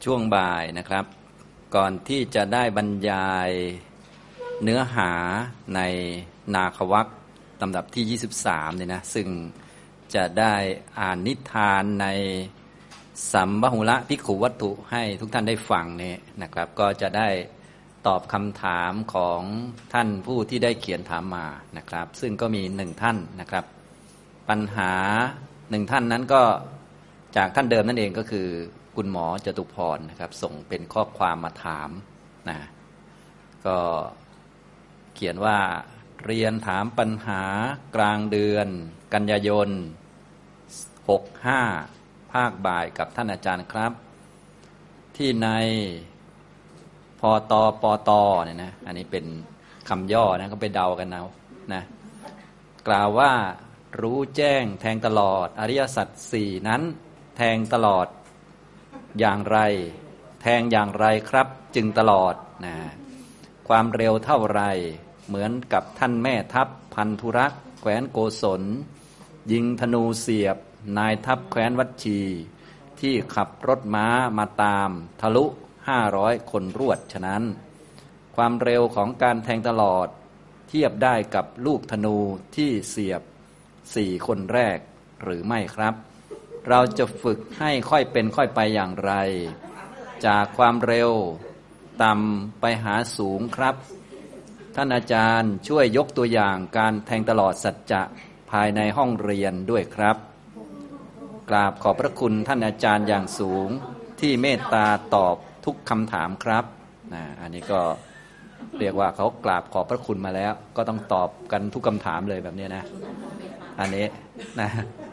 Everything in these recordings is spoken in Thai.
ช่วงบ่ายนะครับก่อนที่จะได้บรรยายเนื้อหาในนาควรรคลำดับที่23เนี่ยนะซึ่งจะได้อ่านนิทานในสัมบหุระภิกขุวัตถุให้ทุกท่านได้ฟังเนี่ยนะครับก็จะได้ตอบคำถามของท่านผู้ที่ได้เขียนถามมานะครับซึ่งก็มี1ท่านนะครับปัญหา1ท่านนั้นก็จากท่านเดิมนั่นเองก็คือคุณหมอจตุพรนะครับส่งเป็นข้อความมาถามนะก็เขียนว่าเรียนถามปัญหากลางเดือนกันยายน65ภาคบ่ายกับท่านอาจารย์ครับที่ในพตปตเนี่ยนะอันนี้เป็นคำย่อนะก็ไปเดากันเอานะกล่าวว่ารู้แจ้งแทงตลอดอริยสัจสี่นั้นแทงตลอดอย่างไรแทงอย่างไรครับจึงตลอดนะความเร็วเท่าไรเหมือนกับท่านแม่ทัพพันธุรักษ์แคว้นโกศลยิงธนูเสียบนายทัพแคว้นวัดชีที่ขับรถม้ามาตามทะลุ500คนรวดฉะนั้นความเร็วของการแทงตลอดเทียบได้กับลูกธนูที่เสียบ4คนแรกหรือไม่ครับเราจะฝึกให้ค่อยเป็นค่อยไปอย่างไรจากความเร็วต่ำไปหาสูงครับท่านอาจารย์ช่วยยกตัวอย่างการแทงตลอดสัจจะภายในห้องเรียนด้วยครับกราบขอบพระคุณท่านอาจารย์อย่างสูงที่เมตตาตอบทุกคำถามครับอันนี้ก็เรียกว่าเขากราบขอบพระคุณมาแล้วก็ต้องตอบกันทุกคำถามเลยแบบนี้นะอันนี้นะ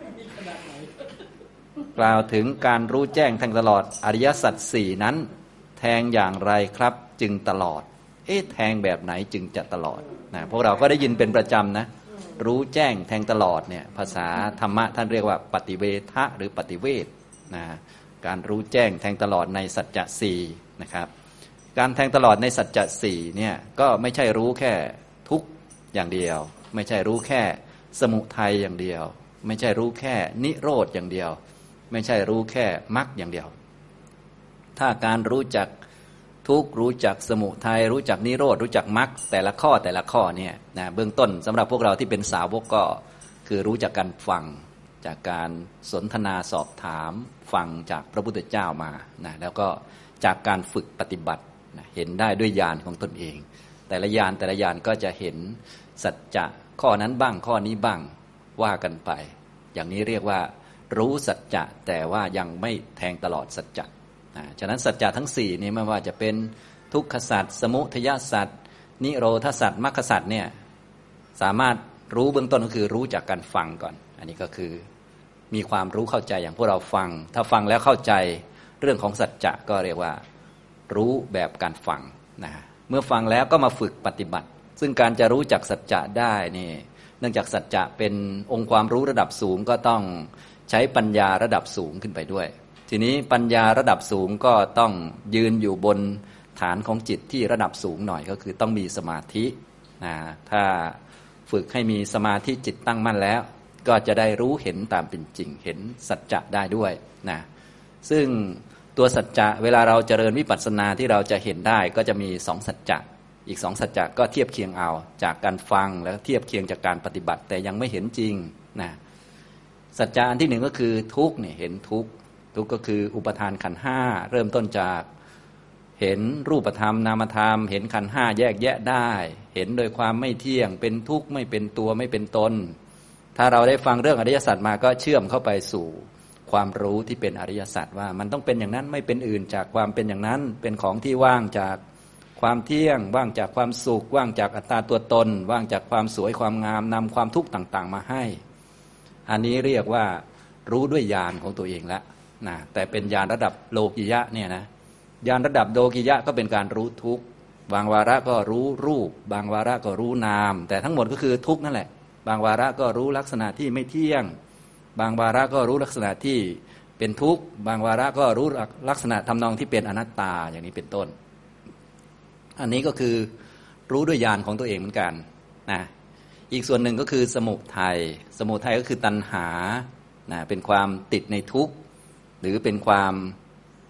กล่าวถึงการรู้แจ้งแทงตลอดอริยสัจสี่นั้นแทงอย่างไรครับจึงตลอดแทงแบบไหนจึงจะตลอดนะพวกเราก็ได้ยินเป็นประจำนะรู้แจ้งแทงตลอดเนี่ยภาษาธรรมะท่านเรียกว่าปฏิเวทะหรือปฏิเวทนะการรู้แจ้งแทงตลอดในสัจจะสี่นะครับการแทงตลอดในสัจจะสี่เนี่ยก็ไม่ใช่รู้แค่ทุกข์อย่างเดียวไม่ใช่รู้แค่สมุทัยอย่างเดียวไม่ใช่รู้แค่นิโรธอย่างเดียวไม่ใช่รู้แค่มรรคอย่างเดียวถ้าการรู้จักทุกข์รู้จักสมุทัยรู้จักนิโรธรู้จักมรรคแต่ละข้อเนี่ยนะเบื้องต้นสำหรับพวกเราที่เป็นสาวกก็คือรู้จักการฟังจากการสนทนาสอบถามฟังจากพระพุทธเจ้ามานะแล้วก็จากการฝึกปฏิบัตินะเห็นได้ด้วยญาณของตนเองแต่ละญาณก็จะเห็นสัจจะข้อนั้นบ้างข้อนี้บ้างว่ากันไปอย่างนี้เรียกว่ารู้สัจจะแต่ว่ายังไม่แทงตลอดสัจจะฉะนั้นสัจจะทั้ง4นี้ไม่ว่าจะเป็นทุกขสัจสมุทัยสัจนิโรธสัจมรรคสัจเนี่ยสามารถรู้เบื้องต้นก็คือรู้จากการฟังก่อนอันนี้ก็คือมีความรู้เข้าใจอย่างพวกเราฟังถ้าฟังแล้วเข้าใจเรื่องของสัจจะก็เรียกว่ารู้แบบการฟังนะเมื่อฟังแล้วก็มาฝึกปฏิบัติซึ่งการจะรู้จักสัจจะได้นี่เนื่องจากสัจจะเป็นองค์ความรู้ระดับสูงก็ต้องใช้ปัญญาระดับสูงขึ้นไปด้วยทีนี้ปัญญาระดับสูงก็ต้องยืนอยู่บนฐานของจิตที่ระดับสูงหน่อยก็คือต้องมีสมาธิถ้าฝึกให้มีสมาธิจิตตั้งมั่นแล้วก็จะได้รู้เห็นตามเป็นจริงเห็นสัจจะได้ด้วยนะซึ่งตัวสัจจะเวลาเราเจริญวิปัสสนาที่เราจะเห็นได้ก็จะมี2สัจจะอีก2สัจจะก็เทียบเคียงเอาจากการฟังแล้วเทียบเคียงจากการปฏิบัติแต่ยังไม่เห็นจริงนะสัจจะอันที่1ก็คือทุกข์เนี่ยเห็นทุกข์ก็คืออุปทานขันธ์5เริ่มต้นจากเห็นรูปธรรมนามธรรมเห็นขันธ์5แยกแยะได้เห็นโดยความไม่เที่ยงเป็นทุกข์ไม่เป็นตัวไม่เป็นตนถ้าเราได้ฟังเรื่องอริยสัจมาก็เชื่อมเข้าไปสู่ความรู้ที่เป็นอริยสัจว่ามันต้องเป็นอย่างนั้นไม่เป็นอื่นจากความเป็นอย่างนั้นเป็นของที่ว่างจากความเที่ยงว่างจากความสุขว่างจากอัตตาตัวตนว่างจากความสวยความงามนำความทุกข์ต่างๆมาให้อันนี้เรียกว่ารู้ด้วยญาณของตัวเองแล้วนะแต่เป็นญาณระดับโลกิยะเนี่ยนะญาณระดับโลกิยะก็เป็นการรู้ทุกข์บางวาระก็รู้รูปบางวาระก็รู้นามแต่ทั้งหมดก็คือทุกข์นั่นแหละบางวาระก็รู้ลักษณะที่ไม่เที่ยงบางวาระก็รู้ลักษณะที่เป็นทุกข์บางวาระก็รู้ลักษณะทำนองที่เป็นอนัตตาอย่างนี้เป็นต้นอันนี้ก็คือรู้ด้วยญาณของตัวเองเหมือนกันนะอีกส่วนหนึ่งก็คือสมุทัยก็คือตัณหานะเป็นความติดในทุกข์หรือเป็นความ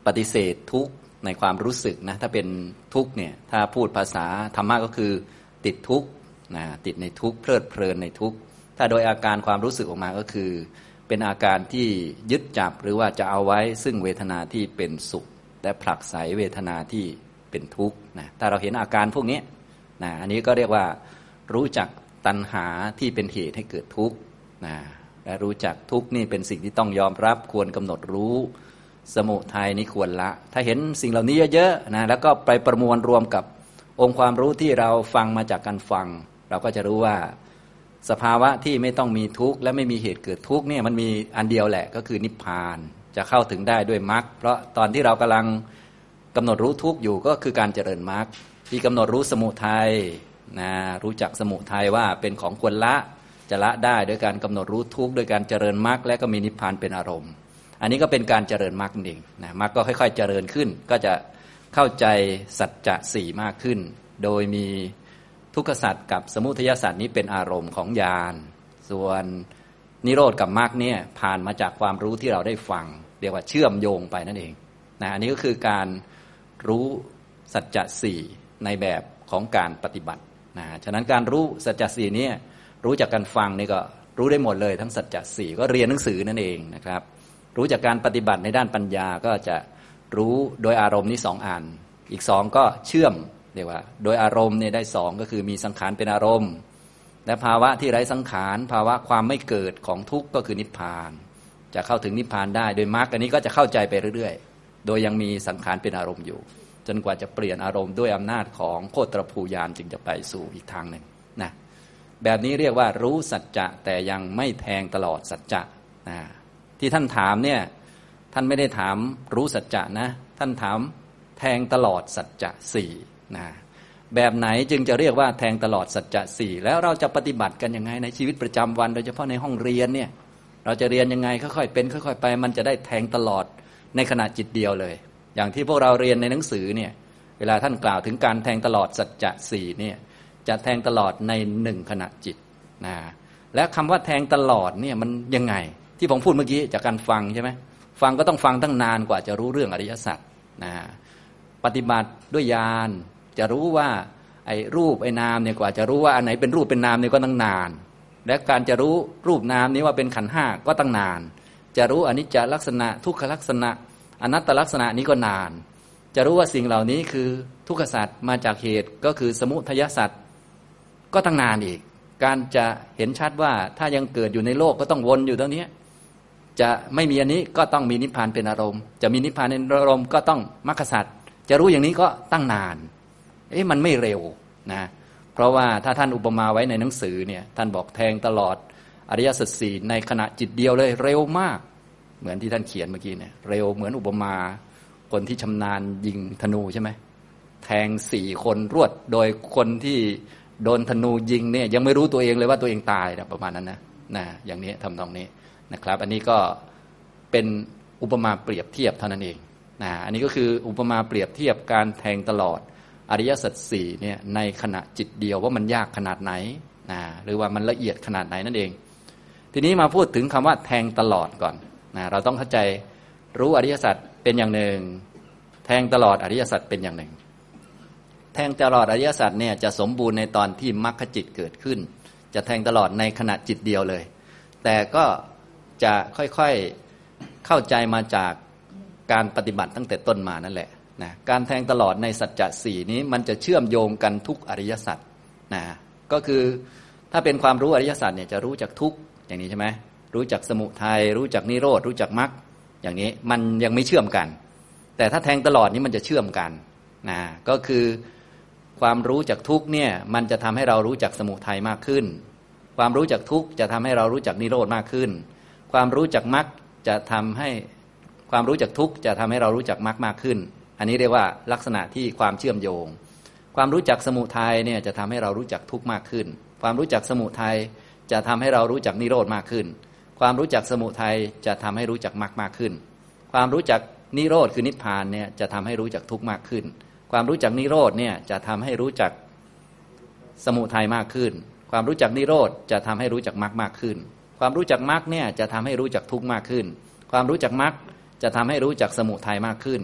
ปฏิเสธทุกข์ในความรู้สึกนะถ้าเป็นทุกข์เนี่ยถ้าพูดภาษาธรรมะก็คือติดทุกข์นะติดในทุกข์เพลิดเพลินในทุกข์ถ้าโดยอาการความรู้สึกออกมาก็คือเป็นอาการที่ยึดจับหรือว่าจะเอาไว้ซึ่งเวทนาที่เป็นสุขและผลักไสเวทนาที่เป็นทุกข์นะถ้าเราเห็นอาการพวกนี้นะอันนี้ก็เรียกว่ารู้จักตัณหาที่เป็นเหตุให้เกิดทุกข์นะและรู้จักทุกข์นี่เป็นสิ่งที่ต้องยอมรับควรกำหนดรู้สมุทัยนี่ควรละถ้าเห็นสิ่งเหล่านี้เยอะๆนะแล้วก็ไปประมวลรวมกับองค์ความรู้ที่เราฟังมาจากการฟังเราก็จะรู้ว่าสภาวะที่ไม่ต้องมีทุกข์และไม่มีเหตุเกิดทุกข์เนี่ยมันมีอันเดียวแหละก็คือนิพพานจะเข้าถึงได้ด้วยมรรคเพราะตอนที่เรากำลังกำหนดรู้ทุกข์อยู่ก็คือการเจริญมรรคที่กำหนดรู้สมุทัยนะรู้จักสมุทัยว่าเป็นของควรละจะละได้โดยการกำหนดรู้ทุกข์โดยการเจริญมรรคและก็มีนิพพานเป็นอารมณ์อันนี้ก็เป็นการเจริญมรรคเองนะมรรคก็ค่อยๆเจริญขึ้นก็จะเข้าใจสัจจะสี่มากขึ้นโดยมีทุกขสัจกับสมุทัยสัจนี้เป็นอารมณ์ของญาณส่วนนิโรธกับมรรคเนี่ยผ่านมาจากความรู้ที่เราได้ฟังเรียกว่าเชื่อมโยงไปนั่นเองนะอันนี้ก็คือการรู้สัจจะสี่ในแบบของการปฏิบัตินะฉะนั้นการรู้สัจจะสี่นี้รู้จากการฟังนี่ก็รู้ได้หมดเลยทั้งสัจจะสี่ก็เรียนหนังสือนั่นเองนะครับรู้จากการปฏิบัติในด้านปัญญาก็จะรู้โดยอารมณ์นี้สองอันอีกสองก็เชื่อมเรียกว่าโดยอารมณ์เนี่ยได้สองก็คือมีสังขารเป็นอารมณ์และภาวะที่ไร้สังขารภาวะความไม่เกิดของทุกข์ก็คือนิพพานจะเข้าถึงนิพพานได้โดยมรรคอันนี้ก็จะเข้าใจไปเรื่อยๆโดยยังมีสังขารเป็นอารมณ์อยู่จนกว่าจะเปลี่ยนอารมณ์ด้วยอำนาจของโคตรภูญาณจึงจะไปสู่อีกทางหนึ่งนะแบบนี้เรียกว่ารู้สัจจะแต่ยังไม่แทงตลอดสัจจะนะที่ท่านถามเนี่ยท่านไม่ได้ถามรู้สัจจะนะท่านถามแทงตลอดสัจจะสี่นะแบบไหนจึงจะเรียกว่าแทงตลอดสัจจะสี่แล้วเราจะปฏิบัติกันยังไงในชีวิตประจำวันโดยเฉพาะในห้องเรียนเนี่ยเราจะเรียนยังไงค่อยๆเป็นค่อยๆไปมันจะได้แทงตลอดในขณะจิตเดียวเลยอย่างที่พวกเราเรียนในหนังสือเนี่ยเวลาท่านกล่าวถึงการแทงตลอดสัจจะสี่เนี่ยจะแทงตลอดในหนึ่งขณะจิตนะและคำว่าแทงตลอดเนี่ยมันยังไงที่ผมพูดเมื่อกี้จากการฟังใช่ไหมฟังก็ต้องฟังตั้งนานกว่าจะรู้เรื่องอริยสัจนะปฏิบัติด้วยญาณจะรู้ว่าไอ้รูปไอ้นามเนี่ยกว่าจะรู้ว่าอันไหนเป็นรูปเป็นนามเนี่ยก็ตั้งนานและการจะรู้รูปนามนี้ว่าเป็นขันธ์ห้าก็ตั้งนานจะรู้อนิจจลักษณะทุกขลักษณะอนัตตลักษณะนี้ก็นานจะรู้ว่าสิ่งเหล่านี้คือทุกขสัจมาจากเหตุก็คือสมุทัยสัจก็ตั้งนานอีกการจะเห็นชัดว่าถ้ายังเกิดอยู่ในโลกก็ต้องวนอยู่ตรงนี้จะไม่มีอันนี้ก็ต้องมีนิพพานเป็นอารมณ์จะมีนิพพานเป็นอารมณ์ก็ต้องมรรคสัจจะรู้อย่างนี้ก็ตั้งนานมันไม่เร็วนะเพราะว่าถ้าท่านอุปมาไว้ในหนังสือเนี่ยท่านบอกแทงตลอดอริยสัจสี่ในขณะจิตเดียวเลยเร็วมากเหมือนที่ท่านเขียนเมื่อกี้เนี่ยเร็วเหมือนอุปมาคนที่ชำนาญยิงธนูใช่ไหมแทง4 คนรวดโดยคนที่โดนธนูยิงเนี่ยยังไม่รู้ตัวเองเลยว่าตัวเองตายนะประมาณนั้นนะอย่างนี้ทำตรงนี้นะครับอันนี้ก็เป็นอุปมาเปรียบเทียบเท่านั้นเองนะอันนี้ก็คืออุปมาเปรียบเทียบการแทงตลอดอริยสัจสี่เนี่ยในขณะจิตเดียวว่ามันยากขนาดไหนนะหรือว่ามันละเอียดขนาดไหนนั่นเองทีนี้มาพูดถึงคำว่าแทงตลอดก่อนนะเราต้องเข้าใจรู้อริยสัจเป็นอย่างหนึ่งแทงตลอดอริยสัจเป็นอย่างหนึ่งแทงตลอดอริยสัจเนี่ยจะสมบูรณ์ในตอนที่มรรคจิตเกิดขึ้นจะแทงตลอดในขณะจิตเดียวเลยแต่ก็จะค่อยๆเข้าใจมาจากการปฏิบัติตั้งแต่ต้นมานั่นแหละนะการแทงตลอดในสัจจะสี่นี้มันจะเชื่อมโยงกันทุกอริยสัจนะก็คือถ้าเป็นความรู้อริยสัจเนี่ยจะรู้จักทุกอย่างนี้ใช่ไหมรู้จักสมุทัยรู้จักนิโรธรู้จักมรรคอย่างนี้มันยังไม่เชื่อมกันแต่ถ้าแทงตลอดนี้มันจะเชื่อมกันนะก็คือความรู้จักทุกเนี่ยมันจะทำให้เรารู้จักสมุทัยมากขึ้นความรู้จักทุกจะทำให้เรารู้จักนิโรธมากขึ้นความรู้จักมรรคจะทำให้ความรู้จักทุกจะทำให้เรารู้จักมรรคมากขึ้นอันนี้เรียกว่าลักษณะที่ความเชื่อมโยงความรู้จักสมุทัยเนี่ยจะทำให้เรารู้จักทุกข์มากขึ้นความรู้จักสมุทัยจะทำให้เรารู้จักนิโรธมากขึ้นความรู้จักสมุทัยจะทำให้รู้จักมรรคมากขึ้นความรู้จักนิโรธคือนิพพานเนี่ยจะทำให้รู้จักทุกข์มากขึ้นความรู้จักนิโรธเนี่ยจะทำให้รู้จักสมุทัยมากขึ้นความรู้จักนิโรธจะทำให้รู้จักมรรคมากขึ้นความรู้จักมรรคเนี่ยจะทำให้รู้จักทุกข์มากขึ้นความรู้จักมรรคจะทำให้รู้จักสมุทัยมากขึ้น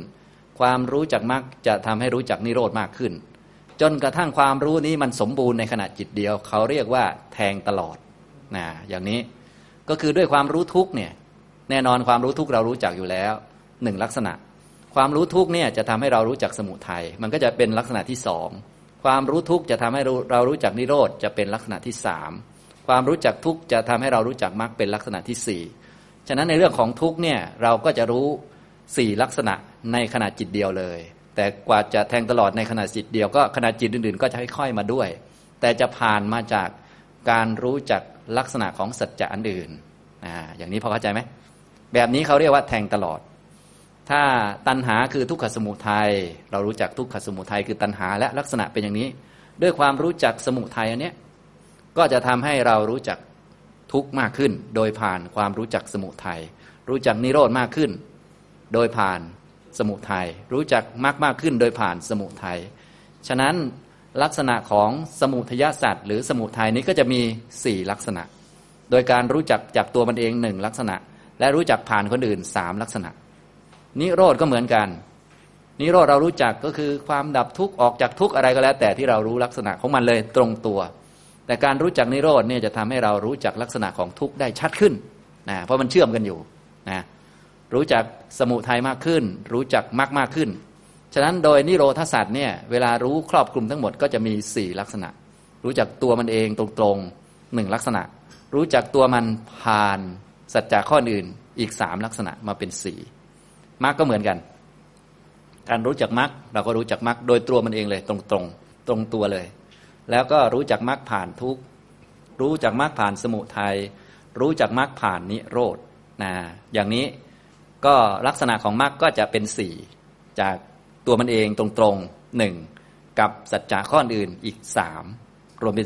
ความรู้จักมรรคจะทำให้รู้จักนิโรธมากขึ้นจนกระทั่งความรู้นี้มันสมบูรณ์ในขณะจิตเดียวเขาเรียกว่าแทงตลอดนะอย่างนี้ก็คือด้วยความรู้ทุกเนี่ยแน่นอนความรู้ทุกเรารู้จักอยู่แล้วหนึ่งลักษณะความรู้ทุกเนี่ยจะทำให้เรารู้จักสมุทัยมันก็จะเป็นลักษณะที่สองความรู้ทุกจะทำให้เรารู้จักนิโรธจะเป็นลักษณะที่สามความรู้จักทุกจะทำให้เรารู้จักมรรคเป็นลักษณะที่สี่ฉะนั้นในเรื่องของทุกเนี่ยเราก็จะรู้สี่ลักษณะในขณะจิตเดียวเลยแต่กว่าจะแทงตลอดในขณะจิตเดียวก็ขณะจิตอื่นๆก็จะค่อยๆมาด้วยแต่จะผ่านมาจากการรู้จักลักษณะของสัจจะอันอื่นอย่างนี้พอเข้าใจไหมแบบนี้เขาเรียกว่าแทงตลอดถ้าตัณหาคือทุกขสมุทัยเรารู้จักทุกขสมุทัยคือตัณหาและลักษณะเป็นอย่างนี้ด้วยความรู้จักสมุทัยอันเนี้ยก็จะทำให้เรารู้จักทุกข์มากขึ้นโดยผ่านความรู้จักสมุทัยรู้จักนิโรธมากขึ้นโดยผ่านสมุทัยรู้จักมรรคมากขึ้นโดยผ่านสมุทัยฉะนั้นลักษณะของสมุทัยสัตว์หรือสมุทัยนี้ก็จะมี4ลักษณะโดยการรู้จักจากตัวมันเอง1ลักษณะและรู้จักผ่านคนอื่น3ลักษณะนิโรธก็เหมือนกันนิโรธเรารู้จักก็คือความดับทุกข์ออกจากทุกข์อะไรก็แล้วแต่ที่เรารู้ลักษณะของมันเลยตรงตัวแต่การรู้จักนิโรธเนี่ยจะทำให้เรารู้จักลักษณะของทุกข์ได้ชัดขึ้นนะเพราะมันเชื่อมกันอยู่นะรู้จักสมุทัยมากขึ้นรู้จักมรรคมากขึ้นฉะนั้นโดยนิโรธสัตว์เนี่ยเวลารู้ครอบคลุมทั้งหมดก็จะมี4ลักษณะรู้จักตัวมันเองตรงๆ1ลักษณะรู้จักตัวมันผ่านสัจจะข้ออื่นอีก3ลักษณะมาเป็น4มรรคก็เหมือนกันการรู้จักมรรคเราก็รู้จักมรรคโดยตัวมันเองเลยตรงตัวเลยแล้วก็รู้จักมรรคผ่านทุกข์รู้จักมรรคผ่านสมุทัยรู้จักมรรคผ่านนิโรธอย่างนี้ก็ลักษณะของมรรคก็จะเป็น4จากตัวมันเองตรงๆ1กับสัจจะข้ออื่นอีก3รวมเป็น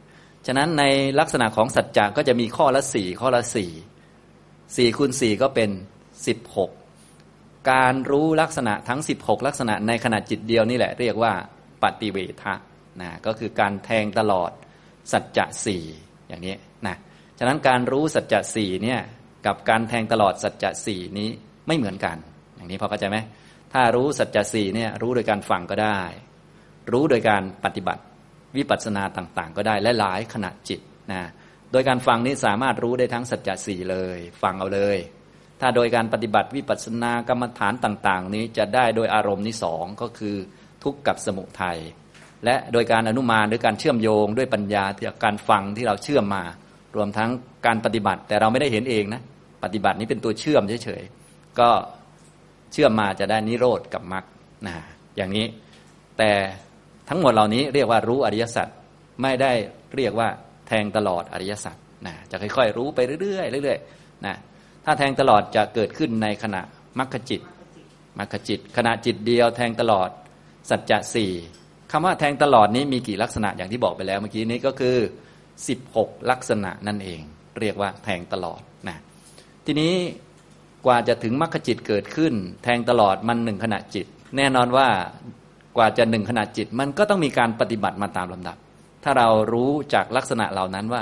4ฉะนั้นในลักษณะของสัจจะก็จะมีข้อละ4ข้อละ4คูณ4ก็เป็น16การรู้ลักษณะทั้ง16ลักษณะในขณะจิตเดียวนี่แหละเรียกว่าปฏิเวทะก็คือการแทงตลอดสัจจะ4อย่างนี้นะฉะนั้นการรู้สัจจะ4เนี่ยกับการแทงตลอดสัจจะ4นี้ไม่เหมือนกันอย่างนี้พอเข้าใจไหมถ้ารู้สัจจะ4เนี่ยรู้โดยการฟังก็ได้รู้โดยการปฏิบัติวิปัสสนาต่างๆก็ได้และหลายขณะจิตนะโดยการฟังนี้สามารถรู้ได้ทั้งสัจจะ4เลยฟังเอาเลยถ้าโดยการปฏิบัติวิปัสสนากรรมฐานต่างๆนี้จะได้โดยอารมณ์นี้2ก็คือทุกข์กับสมุทัยและโดยการอนุมานหรือการเชื่อมโยงด้วยปัญญาจากการฟังที่เราเชื่อมมารวมทั้งการปฏิบัติแต่เราไม่ได้เห็นเองนะปฏิบัตินี้เป็นตัวเชื่อมเฉยๆก็เชื่อมมาจะได้นิโรธกับมรรคอย่างนี้แต่ทั้งหมดเหล่านี้เรียกว่ารู้อริยสัจไม่ได้เรียกว่าแทงตลอดอริยสัจจะค่อยๆรู้ไปเรื่อยๆเรื่อยๆนะถ้าแทงตลอดจะเกิดขึ้นในขณะมรรคจิตขณะจิตเดียวแทงตลอดสัจจะ4คำว่าแทงตลอดนี้มีกี่ลักษณะอย่างที่บอกไปแล้วเมื่อกี้นี้ก็คือ16ลักษณะนั่นเองเรียกว่าแทงตลอดนะทีนี้กว่าจะถึงมรรคจิตเกิดขึ้นแทงตลอดมัน1ขณะจิตแน่นอนว่ากว่าจะ1ขณะจิตมันก็ต้องมีการปฏิบัติมาตามลำดับถ้าเรารู้จากลักษณะเหล่านั้นว่า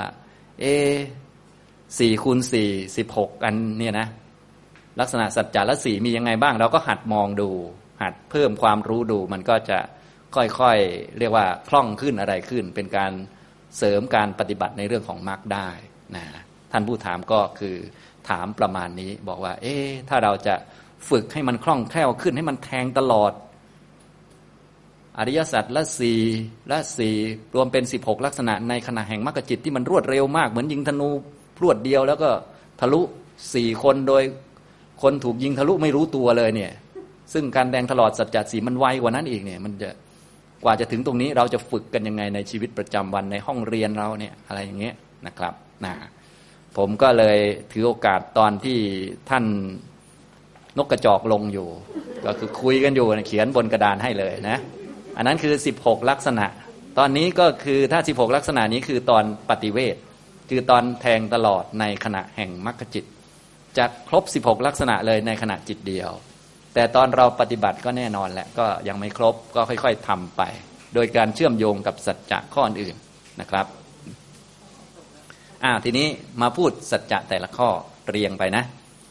4คูณ4 16อันเนี่ยนะลักษณะสัจจะละ4มียังไงบ้างเราก็หัดมองดูหัดเพิ่มความรู้ดูมันก็จะค่อยๆเรียกว่าคล่องขึ้นอะไรขึ้นเป็นการเสริมการปฏิบัติในเรื่องของมรรคได้นะท่านผู้ถามก็คือถามประมาณนี้บอกว่าถ้าเราจะฝึกให้มันคล่องแคล่วขึ้นให้มันแทงตลอดอริยสัจละ4รวมเป็น16ลักษณะในขณะแห่งมรรคจิตที่มันรวดเร็วมากเหมือนยิงธนูพรวดเดียวแล้วก็ทะลุ4คนโดยคนถูกยิงทะลุไม่รู้ตัวเลยเนี่ยซึ่งการแทงตลอดสัจจะ4มันไวกว่านั้นอีกเนี่ยมันจะกว่าจะถึงตรงนี้เราจะฝึกกันยังไงในชีวิตประจำวันในห้องเรียนเราเนี่ยอะไรอย่างเงี้ยนะครับผมก็เลยถือโอกาสตอนที่ท่านนกกระจอกลงอยู่ก็คือคุยกันอยู่เขียนบนกระดานให้เลยนะอันนั้นคือ16ลักษณะตอนนี้ก็คือถ้า16ลักษณะนี้คือตอนปฏิเวทคือตอนแทงตลอดในขณะแห่งมรรคจิตจะครบ16ลักษณะเลยในขณะจิตเดียวแต่ตอนเราปฏิบัติก็แน่นอนแหละก็ยังไม่ครบก็ค่อยๆทำไปโดยการเชื่อมโยงกับสัจจะข้ออื่นนะครับทีนี้มาพูดสัจจะแต่ละข้อเรียงไปนะ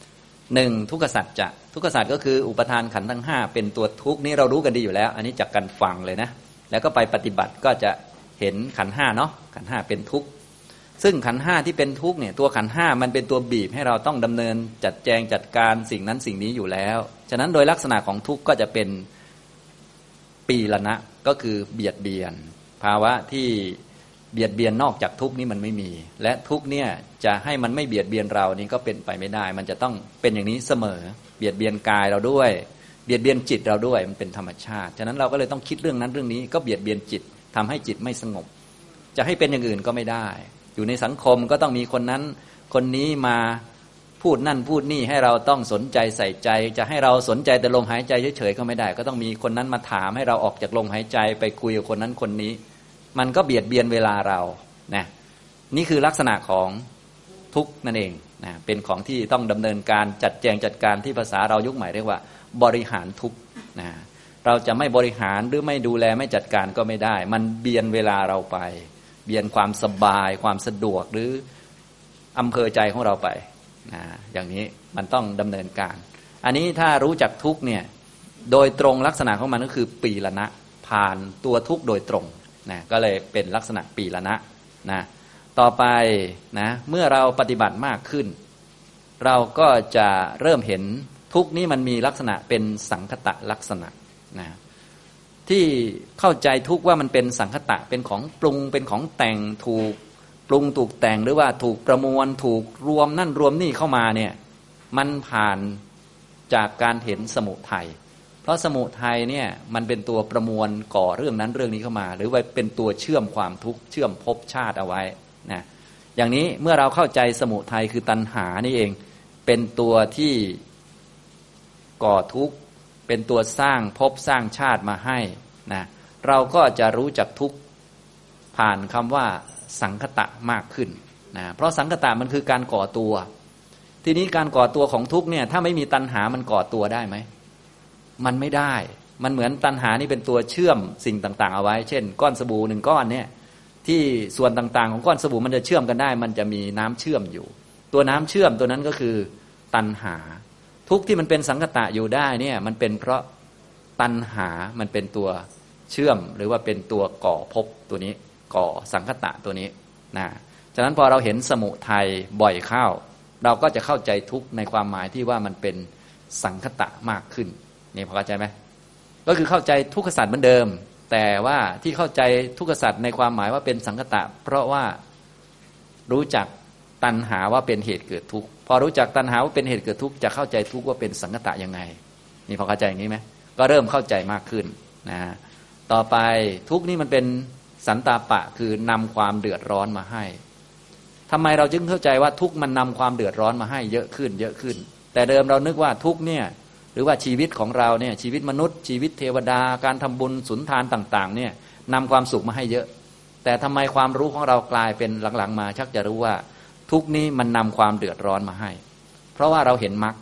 หนึ่งทุกขสัจจะทุกขสัจก็คืออุปทานขันธ์ทั้งห้าเป็นตัวทุกข์นี้เรารู้กันดีอยู่แล้วอันนี้จากการฟังเลยนะแล้วก็ไปปฏิบัติก็จะเห็นขันธ์ห้าเนาะขันธ์ห้าเป็นทุกข์ซึ่งขันธ์ห้าที่เป็นทุกข์เนี่ยตัวขันธ์ห้ามันเป็นตัวบีบให้เราต้องดำเนินจัดแจงจัดการสิ่งนั้นสิ่งนี้อยู่แล้วฉะนั้นโดยลักษณะของทุกข์ก็จะเป็นปีละนะก็คือเบียดเบียนภาวะที่เบียดเบียนนอกจากทุกข์นี้มันไม่มีและทุกข์เนี่ยจะให้มันไม่เบียดเบียนเรานี่ก็เป็นไปไม่ได้มันจะต้องเป็นอย่างนี้เสมอเบียดเบียนกายเราด้วยเบียดเบียนจิตเราด้วยมันเป็นธรรมชาติฉะนั้นเราก็เลยต้องคิดเรื่องนั้นเรื่องนี้ก็เบียดเบียนจิตทำให้จิตไม่สงบจะให้เป็นอย่างอื่นก็ไม่ได้อยู่ในสังคมก็ต้องมีคนนั้นคนนี้มาพูดนั่นพูดนี่ให้เราต้องสนใจใส่ใจจะให้เราสนใจแต่ลมหายใจเฉยๆก็ไม่ได้ก็ต้องมีคนนั้นมาถามให้เราออกจากลมหายใจไปคุยกับคนนั้นคนนี้มันก็เบียดเบียนเวลาเรานะนี่คือลักษณะของทุกข์นั่นเองนะเป็นของที่ต้องดำเนินการจัดแจงจัดการที่ภาษาเรายุคใหม่เรียกว่าบริหารทุกข์นะเราจะไม่บริหารหรือไม่ดูแลไม่จัดการก็ไม่ได้มันเบียนเวลาเราไปเบียนความสบายความสะดวกหรืออำเภอใจของเราไปนะอย่างนี้มันต้องดำเนินการอันนี้ถ้ารู้จักทุกข์เนี่ยโดยตรงลักษณะของมันก็คือปีละนะผ่านตัวทุกข์โดยตรงนะก็เลยเป็นลักษณะปีละนะนะต่อไปนะเมื่อเราปฏิบัติมากขึ้นเราก็จะเริ่มเห็นทุกข์นี้มันมีลักษณะเป็นสังคตะลักษณะนะที่เข้าใจทุกข์ว่ามันเป็นสังคตะเป็นของปรุงเป็นของแต่งถูกปรุงถูกแต่งหรือว่าถูกประมวลถูกรวมนั่นรวมนี่เข้ามาเนี่ยมันผ่านจากการเห็นสมุทัยเพราะสมุทัยเนี่ยมันเป็นตัวประมวลก่อเรื่องนั้นเรื่องนี้เข้ามาหรือว่าเป็นตัวเชื่อมความทุกข์เชื่อมภพชาติเอาไว้นะอย่างนี้เมื่อเราเข้าใจสมุทัยคือตัณหานี่เองเป็นตัวที่ก่อทุกข์เป็นตัวสร้างภพสร้างชาติมาให้นะเราก็จะรู้จักทุกข์ผ่านคำว่าสังคตะมากขึ้นนะเพราะสังคตะมันคือการก่อตัวทีนี้การก่อตัวของทุกข์เนี่ยถ้าไม่มีตัณหามันก่อตัวได้ไหมมันไม่ได้มันเหมือนตัณหานี่เป็นตัวเชื่อมสิ่งต่างๆเอาไว้เช่นก้อนสบู่หนึ่งก้อนเนี่ยที่ส่วนต่างๆของก้อนสบู่มันจะเชื่อมกันได้มันจะมีน้ำเชื่อมอยู่ตัวน้ำเชื่อมตัวนั้นก็คือตัณหาทุกข์ที่มันเป็นสังคตะอยู่ได้เนี่ยมันเป็นเพราะตัณหามันเป็นตัวเชื่อมหรือว่าเป็นตัวก่อภพตัวนี้ก่อสังคตะตัวนี้นะฉะนั้นพอเราเห็นสมุทัยบ่อยเข้าเราก็จะเข้าใจทุกข์ในความหมายที่ว่ามันเป็นสังคตะมากขึ้นนี่พอเข้าใจไหมก็คือเข้าใจทุกขสัจเหมือนเดิมแต่ว่าที่เข้าใจทุกขสัจในความหมายว่าเป็นสังคตะเพราะว่ารู้จักตัณหาว่าเป็นเหตุเกิดทุกข์พอรู้จักตัณหาว่าเป็นเหตุเกิดทุกข์จะเข้าใจทุกข์ว่าเป็นสังคตะยังไงนี่พอเข้าใจอย่างนี้ไหมก็เริ่มเข้าใจมากขึ้นนะต่อไปทุกข์นี่มันเป็นสันตาปะคือนำความเดือดร้อนมาให้ทำไมเราจึงเข้าใจว่าทุกข์มันนำความเดือดร้อนมาให้เยอะขึ้นเยอะขึ้นแต่เดิมเรานึกว่าทุกข์เนี่ยหรือว่าชีวิตของเราเนี่ยชีวิตมนุษย์ชีวิตเทวดาการทำบุญสุนทานต่างๆเนี่ยนำความสุขมาให้เยอะแต่ทำไมความรู้ของเรากลายเป็นหลังๆมาชักจะรู้ว่าทุกข์นี้มันนำความเดือดร้อนมาให้เพราะว่าเราเห็นมรรค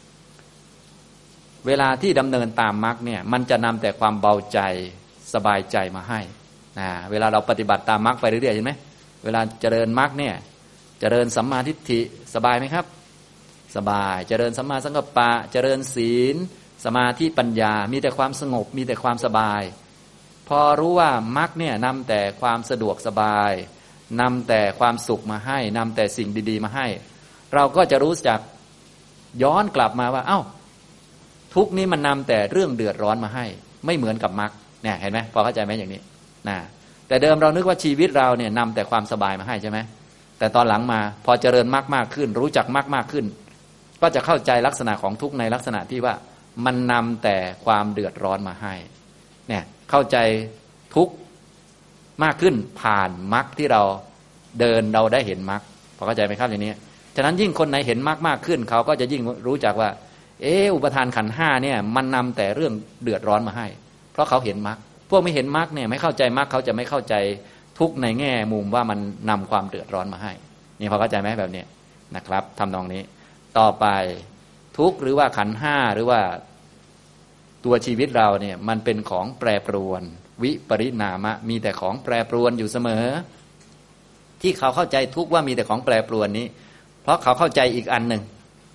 เวลาที่ดำเนินตามมรรคเนี่ยมันจะนำแต่ความเบาใจสบายใจมาให้เวลาเราปฏิบัติตามมรรคไปเรื่อยๆเห็นไหมเวลาเจริญมรรคเนี่ยเจริญสัมมาทิฏฐิสบายไหมครับสบายเจริญสัมมาสังกัปปะเจริญศีลสมาธิปัญญามีแต่ความสงบมีแต่ความสบายพอรู้ว่ามรรคเนี่ยนำแต่ความสะดวกสบายนำแต่ความสุขมาให้นำแต่สิ่งดีๆมาให้เราก็จะรู้จักย้อนกลับมาว่าเอ้าทุกนี้มันนำแต่เรื่องเดือดร้อนมาให้ไม่เหมือนกับมรรคเนี่ยเห็นไหมพอเข้าใจไหมอย่างนี้นะแต่เดิมเรานึกว่าชีวิตเราเนี่ยนำแต่ความสบายมาให้ใช่ไหมแต่ตอนหลังมาพอเจริญมรรคมากขึ้นรู้จักมรรคมากขึ้นก็จะเข้าใจลักษณะของทุกข์ในลักษณะที่ว่ามันนำแต่ความเดือดร้อนมาให้เนี่ยเข้าใจทุกข์มากขึ้นผ่านมรรคที่เราเดินเราได้เห็นมรรคพอเข้าใจไหมครับอย่างนี้ฉะนั้นยิ่งคนไหนเห็นมรรคมากขึ้นเขาก็จะยิ่งรู้จักว่าอุปทานขันธ์ห้าเนี่ยมันนำแต่เรื่องเดือดร้อนมาให้เพราะเขาเห็นมรรคพวกไม่เห็นมรรคเนี่ยไม่เข้าใจมรรคเขาจะไม่เข้าใจทุกข์ในแง่มุมว่ามันนำความเดือดร้อนมาให้นี่พอเข้าใจไหมแบบนี้นะครับทำนองนี้ต่อไปทุกข์หรือว่าขันธ์ห้าหรือว่าตัวชีวิตเราเนี่ยมันเป็นของแปรปรวนวิปริณามะมีแต่ของแปรปรวนอยู่เสมอที่เขาเข้าใจทุกข์ว่ามีแต่ของแปรปรวนนี้เพราะเขาเข้าใจอีกอันหนึ่ง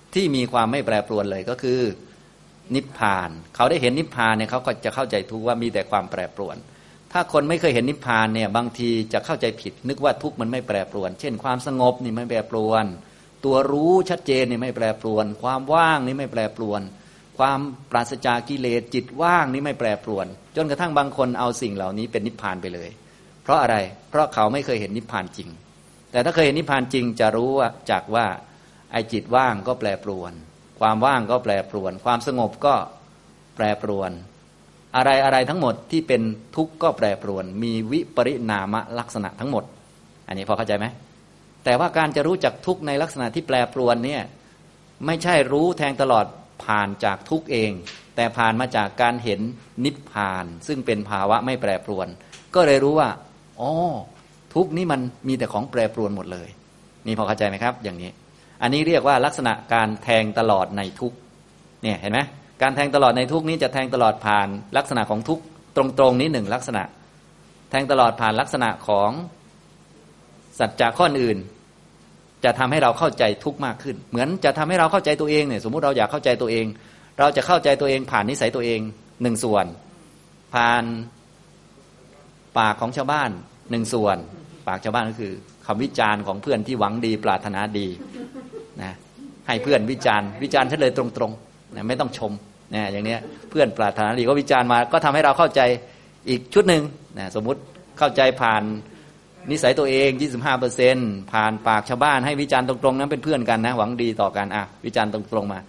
ที่มีความไม่แปรปรวนเลยก็คือนิพพานเขาได้เห็นนิพพานเนี่ยเขาก็จะเข้าใจทุกข์ว่ามีแต่ความแปรปรวนถ้าคนไม่เคยเห็นนิพพานเนี่ยบางทีจะเข้าใจผิดนึกว่าทุกข์มันไม่แปรปรวนเช่นความสงบนี่ไม่แปรปรวนตัวรู้ชัดเจนนี่ไม่แปรปรวนความว่างนี่ไม่แปรปรวนความปราศจากกิเลสจิตว่างนี่ไม่แปรปรวนจนกระทั่งบางคนเอาสิ่งเหล่านี้เป็นนิพพานไปเลยเพราะอะไรเพราะเขาไม่เคยเห็นนิพพานจริงแต่ถ้าเคยเห็นนิพพานจริงจะรู้ว่าจากว่าไอ้จิตว่างก็แปรปรวนความว่างก็แปรปรวนความสงบก็แปรปรวนอะไรทั้งหมดที่เป็นทุกข์ก็แปรปรวนมีวิปริณามลักษณะทั้งหมดอันนี้พอเข้าใจไหมแต่ว่าการจะรู้จักทุกข์ในลักษณะที่แปรปรวนเนี่ยไม่ใช่รู้แทงตลอดผ่านจากทุกข์เองแต่ผ่านมาจากการเห็นนิพพานซึ่งเป็นภาวะไม่แปรปรวนก็เลยรู้ว่าอ๋อทุกข์นี้มันมีแต่ของแปรปรวนหมดเลยนี่พอเข้าใจไหมครับอย่างนี้อันนี้เรียกว่าลักษณะการแทงตลอดในทุกข์เนี่ยเห็นไหมการแทงตลอดในทุกข์นี้จะแทงตลอดผ่านลักษณะของทุกข์ตรงๆนี้หนึ่งลักษณะแทงตลอดผ่านลักษณะของสัจจะข้ออื่นจะทำให้เราเข้าใจทุกข์มากขึ้นเหมือนจะทำให้เราเข้าใจตัวเองเนี่ยสมมุติเราอยากเข้าใจตัวเองเราจะเข้าใจตัวเองผ่านนิสัยตัวเองหนึ่งส่วนผ่านปากของชาวบ้านหนึ่งส่วนปากชาวบ้านก็คือคำวิจารณ์ของเพื่อนที่หวังดีปรารถนาดีนะให้เพื่อนวิจารณ์ฉันเลยตรงๆนะไม่ต้องชมนะอย่างเนี้ยเพื่อนปรารถนาดีก็วิจารณ์มาก็ทำให้เราเข้าใจอีกชุดหนึ่งนะสมมุติเข้าใจผ่านนิสัยตัวเอง 25% ผ่านปากชาวบ้านให้วิจารณ์ตรงๆนั้นเป็นเพื่อนกันนะหวังดีต่อกันอ่ะวิจารณ์ตรงๆมา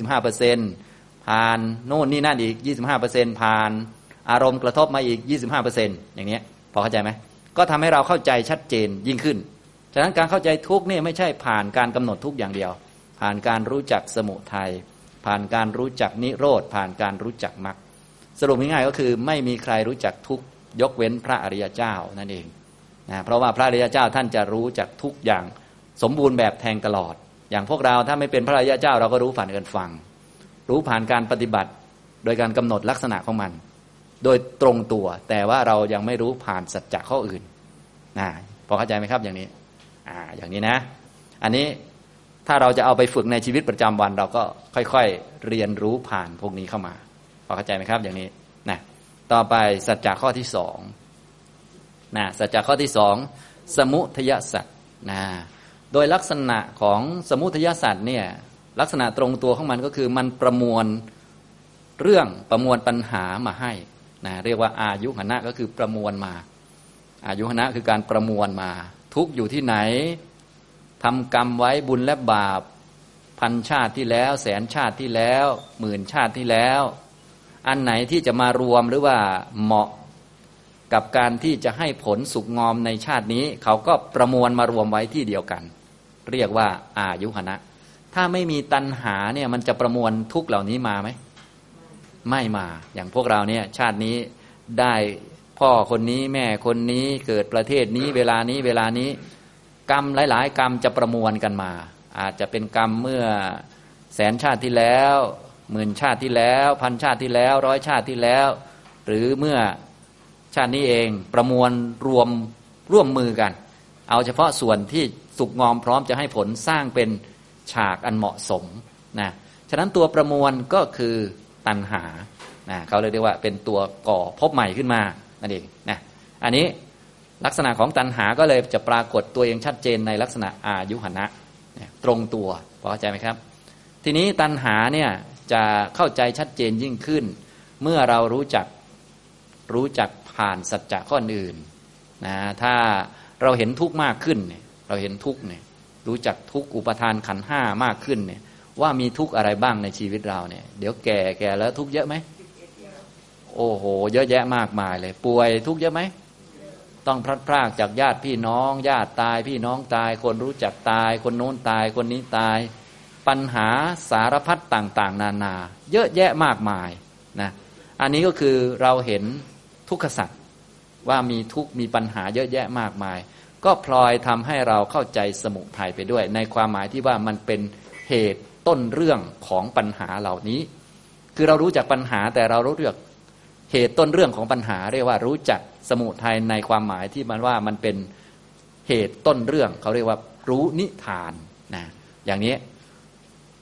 25% ผ่านโน่นนี่นั่นอีก 25% ผ่านอารมณ์กระทบมาอีก 25% อย่างเนี้ยพอเข้าใจไหมก็ทำให้เราเข้าใจชัดเจนยิ่งขึ้นฉะนั้นการเข้าใจทุกข์นี่ไม่ใช่ผ่านการกำหนดทุกข์อย่างเดียวผ่านการรู้จักสมุทัยผ่านการรู้จักนิโรธผ่านการรู้จักมรรคสรุปง่ายๆก็คือไม่มีใครรู้จักทุกข์ยกเว้นพระอริยเจ้านั่นเองนะเพราะว่าพระอริยเจ้าท่านจะรู้จักทุกอย่างสมบูรณ์แบบแทงตลอดอย่างพวกเราถ้าไม่เป็นพระอริยเจ้าเราก็รู้ผ่านการฟังรู้ผ่านการปฏิบัติโดยการกำหนดลักษณะของมันโดยตรงตัวแต่ว่าเรายังไม่รู้ผ่านสัจจะข้ออื่นนะพอเข้าใจไหมครับอย่างนี้อย่างนี้นะอันนี้ถ้าเราจะเอาไปฝึกในชีวิตประจำวันเราก็ค่อยๆเรียนรู้ผ่านพวกนี้เข้ามาพอเข้าใจไหมครับอย่างนี้นะต่อไปสัจจะข้อที่สองนะสัจจะข้อที่สองสมุทัยสัจนะโดยลักษณะของสมุทัยสัจเนี่ยลักษณะตรงตัวของมันก็คือมันประมวลเรื่องประมวลปัญหามาให้นะเรียกว่าอายุหนะก็คือประมวลมาอายุหนะคือการประมวลมาทุกอยู่ที่ไหนทำกรรมไว้บุญและบาปพันชาติที่แล้วแสนชาติที่แล้วหมื่นชาติที่แล้วอันไหนที่จะมารวมหรือว่าเหมาะกับการที่จะให้ผลสุกงอมในชาตินี้เขาก็ประมวลมารวมไว้ที่เดียวกันเรียกว่าอายุหนะถ้าไม่มีตัณหาเนี่ยมันจะประมวลทุกเหล่านี้มาไหมไม่มาอย่างพวกเราเนี่ยชาตินี้ได้พ่อคนนี้แม่คนนี้เกิดประเทศนี้เวลานี้กรรมหลายๆกรรมจะประมวลกันมาอาจจะเป็นกรรมเมื่อแสนชาติที่แล้วหมื่นชาติที่แล้วพันชาติที่แล้วร้อยชาติที่แล้วหรือเมื่อชาตินี้เองประมวลร่วมมือกันเอาเฉพาะส่วนที่สุกงอมพร้อมจะให้ผลสร้างเป็นฉากอันเหมาะสมนะฉะนั้นตัวประมวลก็คือตัณหานะเขาเลยเรียกว่าเป็นตัวก่อภพใหม่ขึ้นมานั่นเองนะอันนี้ลักษณะของตัณหาก็เลยจะปรากฏตัวเองชัดเจนในลักษณะอายุหนะตรงตัวพอเข้าใจไหมครับทีนี้ตัณหาเนี่ยจะเข้าใจชัดเจนยิ่งขึ้นเมื่อเรารู้จักผ่านสัจจะข้ออื่นนะถ้าเราเห็นทุกข์มากขึ้นเนี่ยเราเห็นทุกข์เนี่ยรู้จักทุกข์อุปทานขันธ์ห้ามากขึ้นเนี่ยว่ามีทุกข์อะไรบ้างในชีวิตเราเนี่ยเดี๋ยวแก่แล้วทุกข์เยอะไหมโอ้โหเยอะแยะมากมายเลยป่วยทุกข์เยอะไหมต้องพลัดพรากจากญาติพี่น้องญาติตายพี่น้องตายคนรู้จักตายคนโน้นตายคนนี้ตายปัญหาสารพัดต่างๆนานาเยอะแยะมากมายนะอันนี้ก็คือเราเห็นทุกขสัจว่ามีทุกข์มีปัญหาเยอะแยะมากมายก็พลอยทำให้เราเข้าใจสมุทัยไปด้วยในความหมายที่ว่ามันเป็นเหตุต้นเรื่องของปัญหาเหล่านี้คือเรารู้จักปัญหาแต่เรารู้จักเหตุต้นเรื่องของปัญหาเรียกว่ารู้จักสมุทัยในความหมายที่มันว่ามันเป็นเหตุต้นเรื่องเขาเรียกว่ารู้นิทานนะอย่างนี้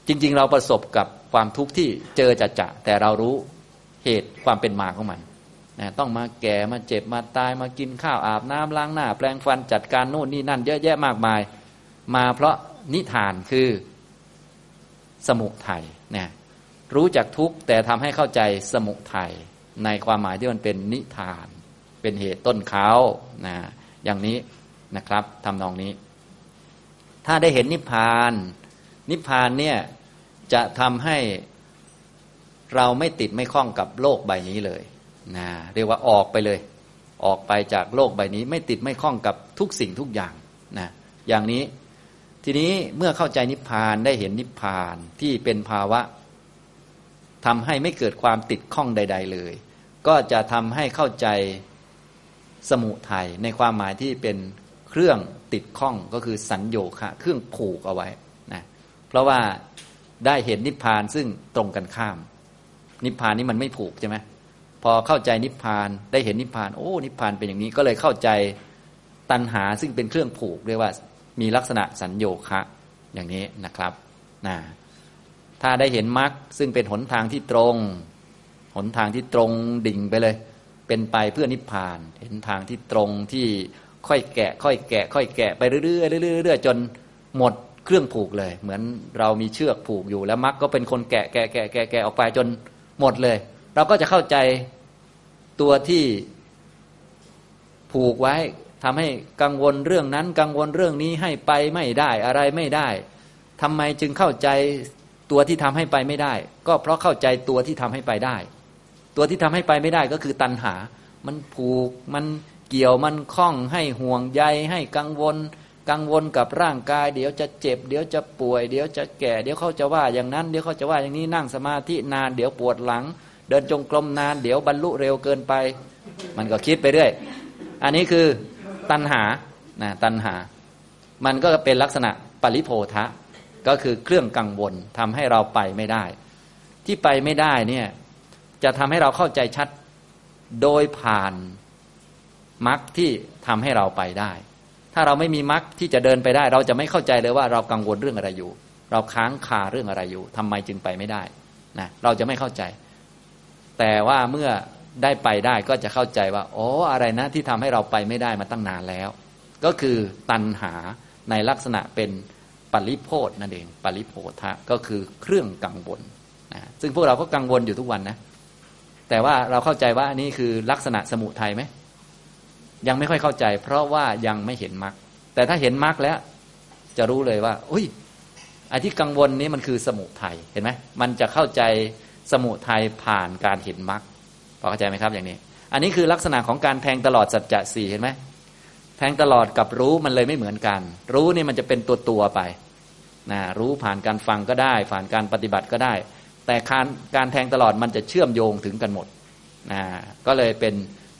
จริงๆเราประสบกับความทุกข์ที่เจอจะแต่เรารู้เหตุความเป็นมาของมันนะต้องมาแก่มาเจ็บมาตายมากินข้าวอาบน้ำล้างหน้าแปรงฟันจัดการโน่นนี่นั่นเยอะแยะมากมายมาเพราะนิทานคือสมุทัยนะรู้จักทุกข์แต่ทำให้เข้าใจสมุทัยในความหมายที่มันเป็นนิทานเป็นเหตุต้นเขานะอย่างนี้นะครับทำนองนี้ถ้าได้เห็นนิพพานนิพพานเนี่ยจะทำให้เราไม่ติดไม่คล้องกับโลกใบนี้เลยนะเรียกว่าออกไปเลยออกไปจากโลกใบนี้ไม่ติดไม่คล้องกับทุกสิ่งทุกอย่างนะอย่างนี้ทีนี้เมื่อเข้าใจนิพพานได้เห็นนิพพานที่เป็นภาวะทำให้ไม่เกิดความติดข้องใดๆเลยก็จะทำให้เข้าใจสมุทัยในความหมายที่เป็นเครื่องติดข้องก็คือสัญโยคะเครื่องผูกเอาไว้นะเพราะว่าได้เห็นนิพพานซึ่งตรงกันข้ามนิพพานนี้มันไม่ผูกใช่ไหมพอเข้าใจนิพพานได้เห็นนิพพานโอ้นิพพานเป็นอย่างนี้ก็เลยเข้าใจตัณหาซึ่งเป็นเครื่องผูกเรียกว่ามีลักษณะสัญโยคะอย่างนี้นะครับนะถ้าได้เห็นมรรคซึ่งเป็นหนทางที่ตรงหนทางที่ตรงดิ่งไปเลยเป็นไปเพื่อนิพพานเห็นทางที่ตรงที่ค่อยแกะค่อยแกะค่อยแกะไปเรื่อยๆเรื่อยๆจนหมดเครื่องผูกเลยเหมือนเรามีเชือกผูกอยู่แล้วมรรคก็เป็นคนแกะออกไปจนหมดเลยเราก็จะเข้าใจตัวที่ผูกไว้ทำให้กังวลเรื่องนั้นกังวลเรื่องนี้ให้ไปไม่ได้อะไรไม่ได้ทำไมจึงเข้าใจตัวที่ทำให้ไปไม่ได้ก็เพราะเข้าใจตัวที่ทำให้ไปได้ตัวที่ทำให้ไปไม่ได้ก็คือตัณหามันผูกมันเกี่ยวมันคล้องให้ห่วงใยให้กังวลกับร่างกายเดี๋ยวจะเจ็บเดี๋ยวจะป่วยเดี๋ยวจะแก่เดี๋ยวเขาจะว่าอย่างนั้นเดี๋ยวเขาจะว่าอย่างนี้นั่งสมาธินานเดี๋ยวปวดหลังเดินจงกรมนานเดี๋ยวบรรลุเร็วเกินไปมันก็คิดไปเรื่อยอันนี้คือตัณหานะตัณหามันก็เป็นลักษณะปริโภทะก็คือเครื่องกังวลทำให้เราไปไม่ได้ที่ไปไม่ได้เนี่ยจะทำให้เราเข้าใจชัดโดยผ่านมรรคที่ทำให้เราไปได้ถ้าเราไม่มีมรรคที่จะเดินไปได้เราจะไม่เข้าใจเลยว่าเรากังวลเรื่องอะไรอยู่เราค้างคาเรื่องอะไรอยู่ทำไมจึงไปไม่ได้นะเราจะไม่เข้าใจแต่ว่าเมื่อได้ไปได้ก็จะเข้าใจว่าอ๋ออะไรนะที่ทำให้เราไปไม่ได้มาตั้งนานแล้วก็คือตัณหาในลักษณะเป็นปริโภทนั่นเองปริโภทะก็คือเครื่องกังวลนะซึ่งพวกเราก็กังวลอยู่ทุกวันนะแต่ว่าเราเข้าใจว่าอันนี้คือลักษณะสมุทัยไหมยังไม่ค่อยเข้าใจเพราะว่ายังไม่เห็นมรรคแต่ถ้าเห็นมรรคแล้วจะรู้เลยว่าอุ้ยไอ้ที่กังวลนี้มันคือสมุทัยเห็นไหมมันจะเข้าใจสมุทัยผ่านการเห็นมรรคพอเข้าใจไหมครับอย่างนี้อันนี้คือลักษณะของการแทงตลอดสัจจะสี่เห็นไหมแทงตลอดกับรู้มันเลยไม่เหมือนกันรู้นี่มันจะเป็นตัวไปนะรู้ผ่านการฟังก็ได้ผ่านการปฏิบัติก็ได้แต่การแทงตลอดมันจะเชื่อมโยงถึงกันหมดนะก็เลยเป็น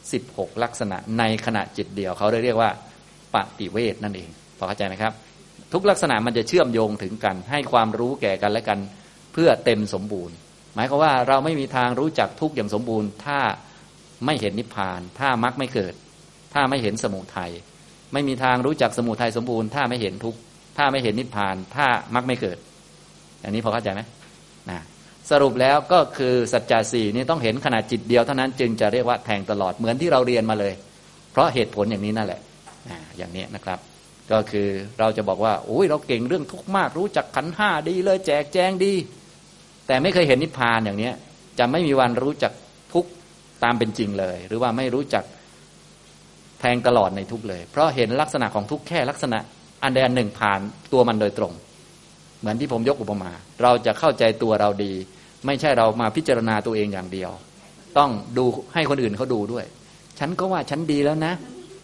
16ลักษณะในขณะจิตเดียวเขาเรียกว่าปฏิเวทนั่นเองพอเข้าใจไหมครับทุกลักษณะมันจะเชื่อมโยงถึงกันให้ความรู้แก่กันและกันเพื่อเต็มสมบูรณ์หมายความว่าเราไม่มีทางรู้จักทุกข์อย่างสมบูรณ์ถ้าไม่เห็นนิพพานถ้ามรรคไม่เกิดถ้าไม่เห็นสมุทัยไม่มีทางรู้จักสมุทัยสมบูรณ์ถ้าไม่เห็นทุกข์ถ้าไม่เห็นนิพพานถ้ามรรคไม่เกิดอย่างนี้พอเข้าใจไหมนะสรุปแล้วก็คือสัจจะสี่นี้ต้องเห็นขณะจิตเดียวเท่านั้นจึงจะเรียกว่าแทงตลอดเหมือนที่เราเรียนมาเลยเพราะเหตุผลอย่างนี้นั่นแหละอย่างนี้นะครับก็คือเราจะบอกว่าโอ้ยเราเก่งเรื่องทุกข์มากรู้จักขันธ์ห้าดีเลยแจกแจงดีแต่ไม่เคยเห็นนิพพานอย่างนี้จะไม่มีวันรู้จักทุกข์ตามเป็นจริงเลยหรือว่าไม่รู้จักแทงตลอดในทุกข์เลยเพราะเห็นลักษณะของทุกข์แค่ลักษณะอันใดอันหนึ่งผ่านตัวมันโดยตรงเหมือนที่ผมยกอุปมาเราจะเข้าใจตัวเราดีไม่ใช่เรามาพิจารณาตัวเองอย่างเดียวต้องดูให้คนอื่นเขาดูด้วยฉันก็ว่าฉันดีแล้วนะ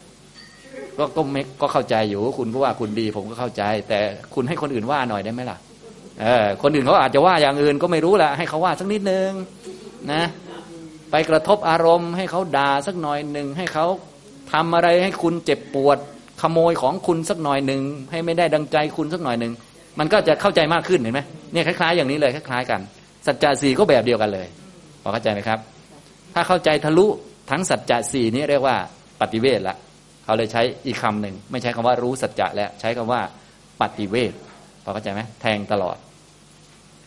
ก็เข้าใจอยู่คุณก็ว่าคุณดีผมก็เข้าใจแต่คุณให้คนอื่นว่าหน่อยได้ไหมล่ะคนอื่นเขาอาจจะว่าอย่างอื่นก็ไม่รู้แหละให้เขาว่าสักนิดนึงนะไปกระทบอารมณ์ให้เขาด่าสักหน่อยนึงให้เขาทำอะไรให้คุณเจ็บปวดขโมยของคุณสักหน่อยนึงให้ไม่ได้ดังใจคุณสักหน่อยนึงมันก็จะเข้าใจมากขึ้นเห็นไหมเนี่ยคล้ายๆอย่างนี้เลยคล้ายๆกันสัจจะสี่ก็แบบเดียวกันเลยพอเข้าใจไหมครับถ้าเข้าใจทะลุทั้งสัจจะสี่นี้เรียกว่าปฏิเวทละเขาเลยใช้อีกคำหนึ่งไม่ใช้คำว่ารู้สัจจะแล้วใช้คำว่าปฏิเวทพอเข้าใจไหมแทงตลอด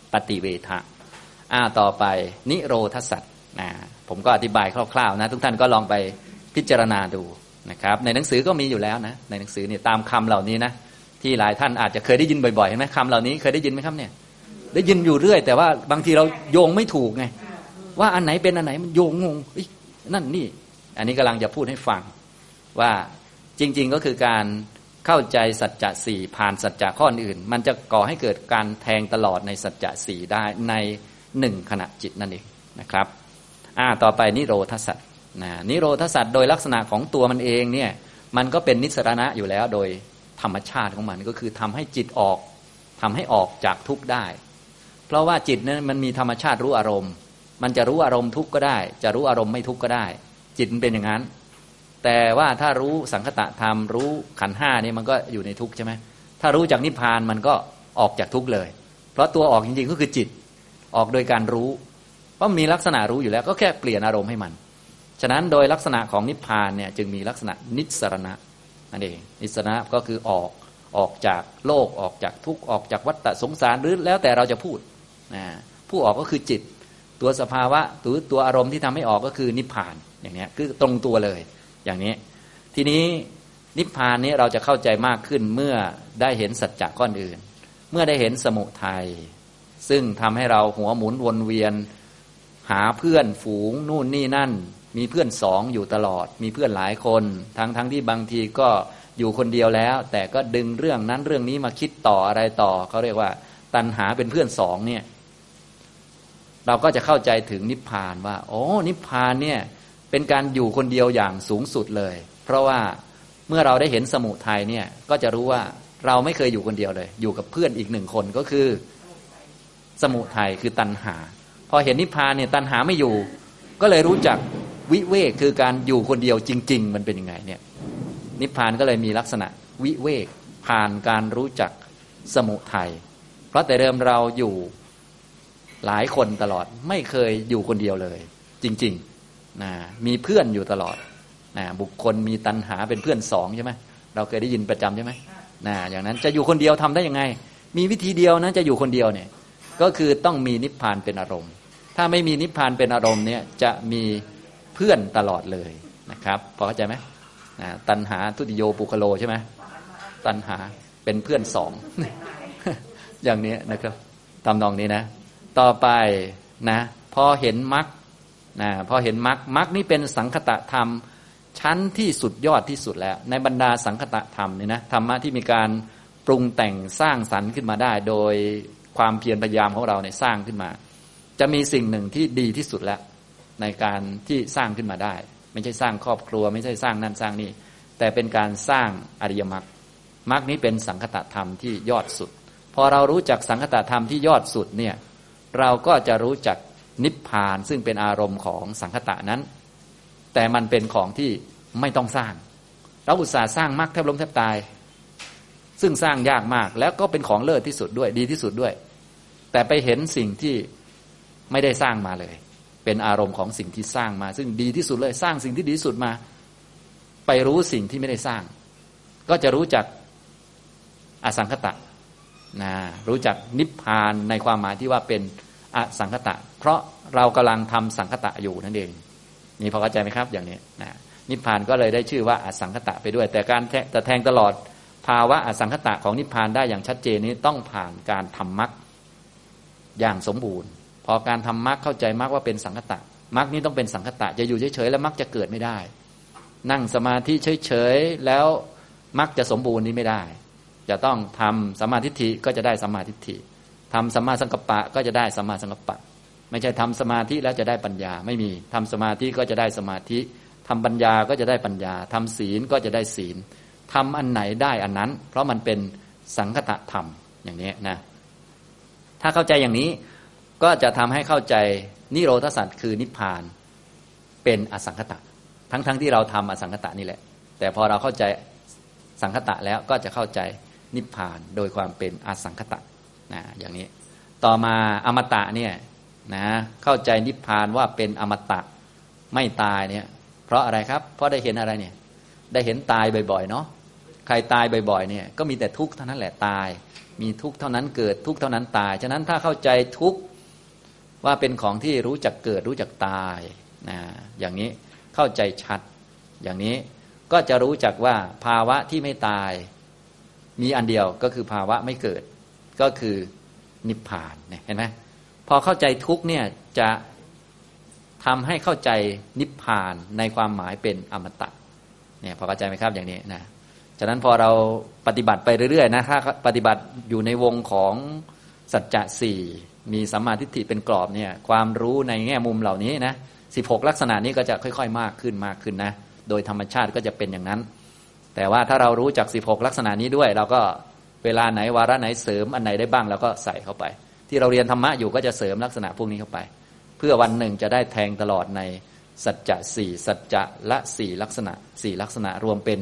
ปฏิเวทะต่อไปนิโรธสัจผมก็อธิบายคร่าวๆนะทุกท่านก็ลองไปพิจารณาดูนะครับในหนังสือก็มีอยู่แล้วนะในหนังสือเนี่ยตามคำเหล่านี้นะที่หลายท่านอาจจะเคยได้ยินบ่อยๆเห็นไหมคำเหล่านี้เคยได้ยินไหมครับเนี่ยได้ยินอยู่เรื่อยแต่ว่าบางทีเราโยงไม่ถูกไงว่าอันไหนเป็นอันไหนมันโยงงงนั่นนี่อันนี้กำลังจะพูดให้ฟังว่าจริงๆก็คือการเข้าใจสัจจะสี่ผ่านสัจจะข้ออื่นมันจะก่อให้เกิดการแทงตลอดในสัจจะสี่ได้ในหนึ่งขณะจิตนั่นเองนะครับต่อไปนิโรธสัจนิโรธสัจโดยลักษณะของตัวมันเองเนี่ยมันก็เป็นนิสรณะอยู่แล้วโดยธรรมชาติของมันก็คือทำให้จิตทำให้ออกจากทุกข์ได้เพราะว่าจิตนั้นมันมีธรรมชาติรู้อารมณ์มันจะรู้อารมณ์ทุกข์ก็ได้จะรู้อารมณ์ไม่ทุกข์ก็ได้จิตมันเป็นอย่างนั้นแต่ว่าถ้ารู้สังคตธรรมรู้ขันธ์ห้านี่มันก็อยู่ในทุกข์ใช่ไหมถ้ารู้จากนิพพานมันก็ออกจากทุกข์เลยเพราะตัวออกจริงๆก็คือจิตออกโดยการรู้เพราะมีลักษณะรู้อยู่แล้วก็แค่เปลี่ยนอารมณ์ให้มันฉะนั้นโดยลักษณะของนิพพานเนี่ยจึงมีลักษณะนิสรณะนั่นเองนิสรณะก็คือออกจากโลกออกจากทุกข์ออกจากวัฏฏะสงสารหรือแล้วแต่เราจะพูดผู้ออกก็คือจิตตัวสภาวะตัวอารมณ์ที่ทำให้ออกก็คือนิพพานอย่างนี้คือตรงตัวเลยอย่างนี้ทีนี้นิพพานนี้เราจะเข้าใจมากขึ้นเมื่อได้เห็นสัจจะข้ออื่นเมื่อได้เห็นสมุทัยซึ่งทำให้เราหัวหมุนวนเวียนหาเพื่อนฝูงนู่นนี่นั่นมีเพื่อนสองอยู่ตลอดมีเพื่อนหลายคนทั้งที่บางทีก็อยู่คนเดียวแล้วแต่ก็ดึงเรื่องนั้นเรื่องนี้มาคิดต่ออะไรต่อเขาเรียกว่าตัณหาเป็นเพื่อนสองเนี่ยเราก็จะเข้าใจถึงนิพพานว่านิพพานเนี่ยเป็นการอยู่คนเดียวอย่างสูงสุดเลยเพราะว่าเมื่อเราได้เห็นสมุทัยเนี่ยก็จะรู้ว่าเราไม่เคยอยู่คนเดียวเลยอยู่กับเพื่อนอีกหนึ่งคนก็คือสมุทัยคือตัณหาพอเห็นนิพพานเนี่ยตัณหาไม่อยู่ก็เลยรู้จักวิเวกคือการอยู่คนเดียวจริงๆมันเป็นยังไงเนี่ยนิพพานก็เลยมีลักษณะวิเวกผ่านการรู้จักสมุทัยเพราะแต่เดิมเราอยู่หลายคนตลอดไม่เคยอยู่คนเดียวเลยจริงๆมีเพื่อนอยู่ตลอดบุคคลมีตัณหาเป็นเพื่อนสองใช่ไหมเราเคยได้ยินประจำใช่ไหมอย่างนั้นจะอยู่คนเดียวทำได้ยังไงมีวิธีเดียวนะจะอยู่คนเดียวเนี่ยก็คือต้องมีนิพพานเป็นอารมณ์ถ้าไม่มีนิพพานเป็นอารมณ์เนี่ยจะมีเพื่อนตลอดเลยนะครับพอเข้าใจไหมตัณหาทุติโยปุคโลใช่ไหมตัณหาเป็นเพื่อนสอง อย่างนี้นะครับตามนองนี้นะต่อไปนะพอเห็นมรรคพอเห็นมรรคนี่เป็นสังคตธรรมชั้นที่สุดยอดที่สุดแล้วในบรรดาสังคตธรรมนี่นะธรรมะที่มีการปรุงแต่งสร้างสรรค์ขึ้นมาได้โดยความเพียรพยายามของเราเนี่ยสร้างขึ้นมาจะมีสิ่งหนึ่งที่ดีที่สุดแล้วในการที่สร้างขึ้นมาได้ไม่ใช่สร้างครอบครัวไม่ใช่สร้างนั่นสร้างนี่แต่เป็นการสร้างอริยมรรคมรรคนี้เป็นสังคตธรรมที่ยอดสุดพอเรารู้จักสังคตธรรมที่ยอดสุดเนี่ยเราก็จะรู้จักนิพพานซึ่งเป็นอารมณ์ของสังคตะนั้นแต่มันเป็นของที่ไม่ต้องสร้างเราอุตส่าห์สร้างมรรคแทบล้มแทบตายซึ่งสร้างยากมากแล้วก็เป็นของเลิศที่สุดด้วยดีที่สุดด้วยแต่ไปเห็นสิ่งที่ไม่ได้สร้างมาเลยเป็นอารมณ์ของสิ่งที่สร้างมาซึ่งดีที่สุดเลยสร้างสิ่งที่ดีที่สุดมาไปรู้สิ่งที่ไม่ได้สร้างก็จะรู้จักอสังคตะรู้จักนิพพานในความหมายที่ว่าเป็นอสังคตะเพราะเรากำลังทำสังคตะอยู่นั่นเองนี่พอเข้าใจไหมครับอย่างนี้นิพพานก็เลยได้ชื่อว่าอสังคตะไปด้วยแต่การจะแทงตลอดภาวะอสังคตะของนิพพานได้อย่างชัดเจนนี้ต้องผ่านการทำมรรคอย่างสมบูรณ์พอการทำมรรคเข้าใจมรรคว่าเป็นสังคตะมรรคนี้ต้องเป็นสังคตะจะอยู่เฉยๆแล้วมรรคจะเกิดไม่ได้นั่งสมาธิเฉยๆแล้วมรรคจะสมบูรณ์นี้ไม่ได้จะต้องทำสัมมาทิฏฐิก็จะได้สัมมาทิฏฐิทำสัมมาสังกัปปะก็จะได้สัมมาสังกัปปะไม่ใช่ทำสมาธิแล้วจะได้ปัญญาไม่มีทำสมาธิก็จะได้สมาธิทำปัญญาก็จะได้ปัญญาทำศีลก็จะได้ศีลทำอันไหนได้อันนั้นเพราะมันเป็นสังคตธรรมอย่างนี้นะถ้าเข้าใจอย่างนี้ก็จะทำให้เข้าใจนิโรธสัจคือนิพพานเป็นอสังคตะทั้งที่เราทำอสังคตะนี่แหละแต่พอเราเข้าใจสังคตะแล้วก็จะเข้าใจนิพพานโดยความเป็นอสังคตะอย่างนี้ต่อมาอมตะเนี่ยเข้าใจนิพพานว่าเป็นอมตะไม่ตายเนี่ยเพราะอะไรครับเพราะได้เห็นอะไรเนี่ยได้เห็นตายบ่อยๆเนาะใครตายบ่อยๆเนี่ยก็มีแต่ทุกข์เท่านั้นแหละตายมีทุกข์เท่านั้นเกิดทุกข์เท่านั้นตายฉะนั้นถ้าเข้าใจทุกข์ว่าเป็นของที่รู้จักเกิดรู้จักตายนะอย่างนี้เข้าใจชัดอย่างนี้ก็จะรู้จักว่าภาวะที่ไม่ตายมีอันเดียวก็คือภาวะไม่เกิดก็คือนิพพานเนี่ยเห็นไหมพอเข้าใจทุกข์เนี่ยจะทำให้เข้าใจนิพพานในความหมายเป็นอมตะเนี่ยพอเข้าใจไหมครับอย่างนี้นะฉะนั้นพอเราปฏิบัติไปเรื่อยๆนะถ้าปฏิบัติอยู่ในวงของสัจจะสี่มีสัมมาทิฏฐิเป็นกรอบเนี่ยความรู้ในแง่มุมเหล่านี้นะ16ลักษณะนี้ก็จะค่อยๆมากขึ้นนะโดยธรรมชาติก็จะเป็นอย่างนั้นแต่ว่าถ้าเรารู้จัก16ลักษณะนี้ด้วยเราก็เวลาไหนวาระไหนเสริมอันไหนได้บ้างเราก็ใส่เข้าไปที่เราเรียนธรรมะอยู่ก็จะเสริมลักษณะพวกนี้เข้าไปเพื่อวันหนึ่งจะได้แทงตลอดในสัจจะสี่สัจจะละ4ลักษณะ4ลักษณะรวมเป็น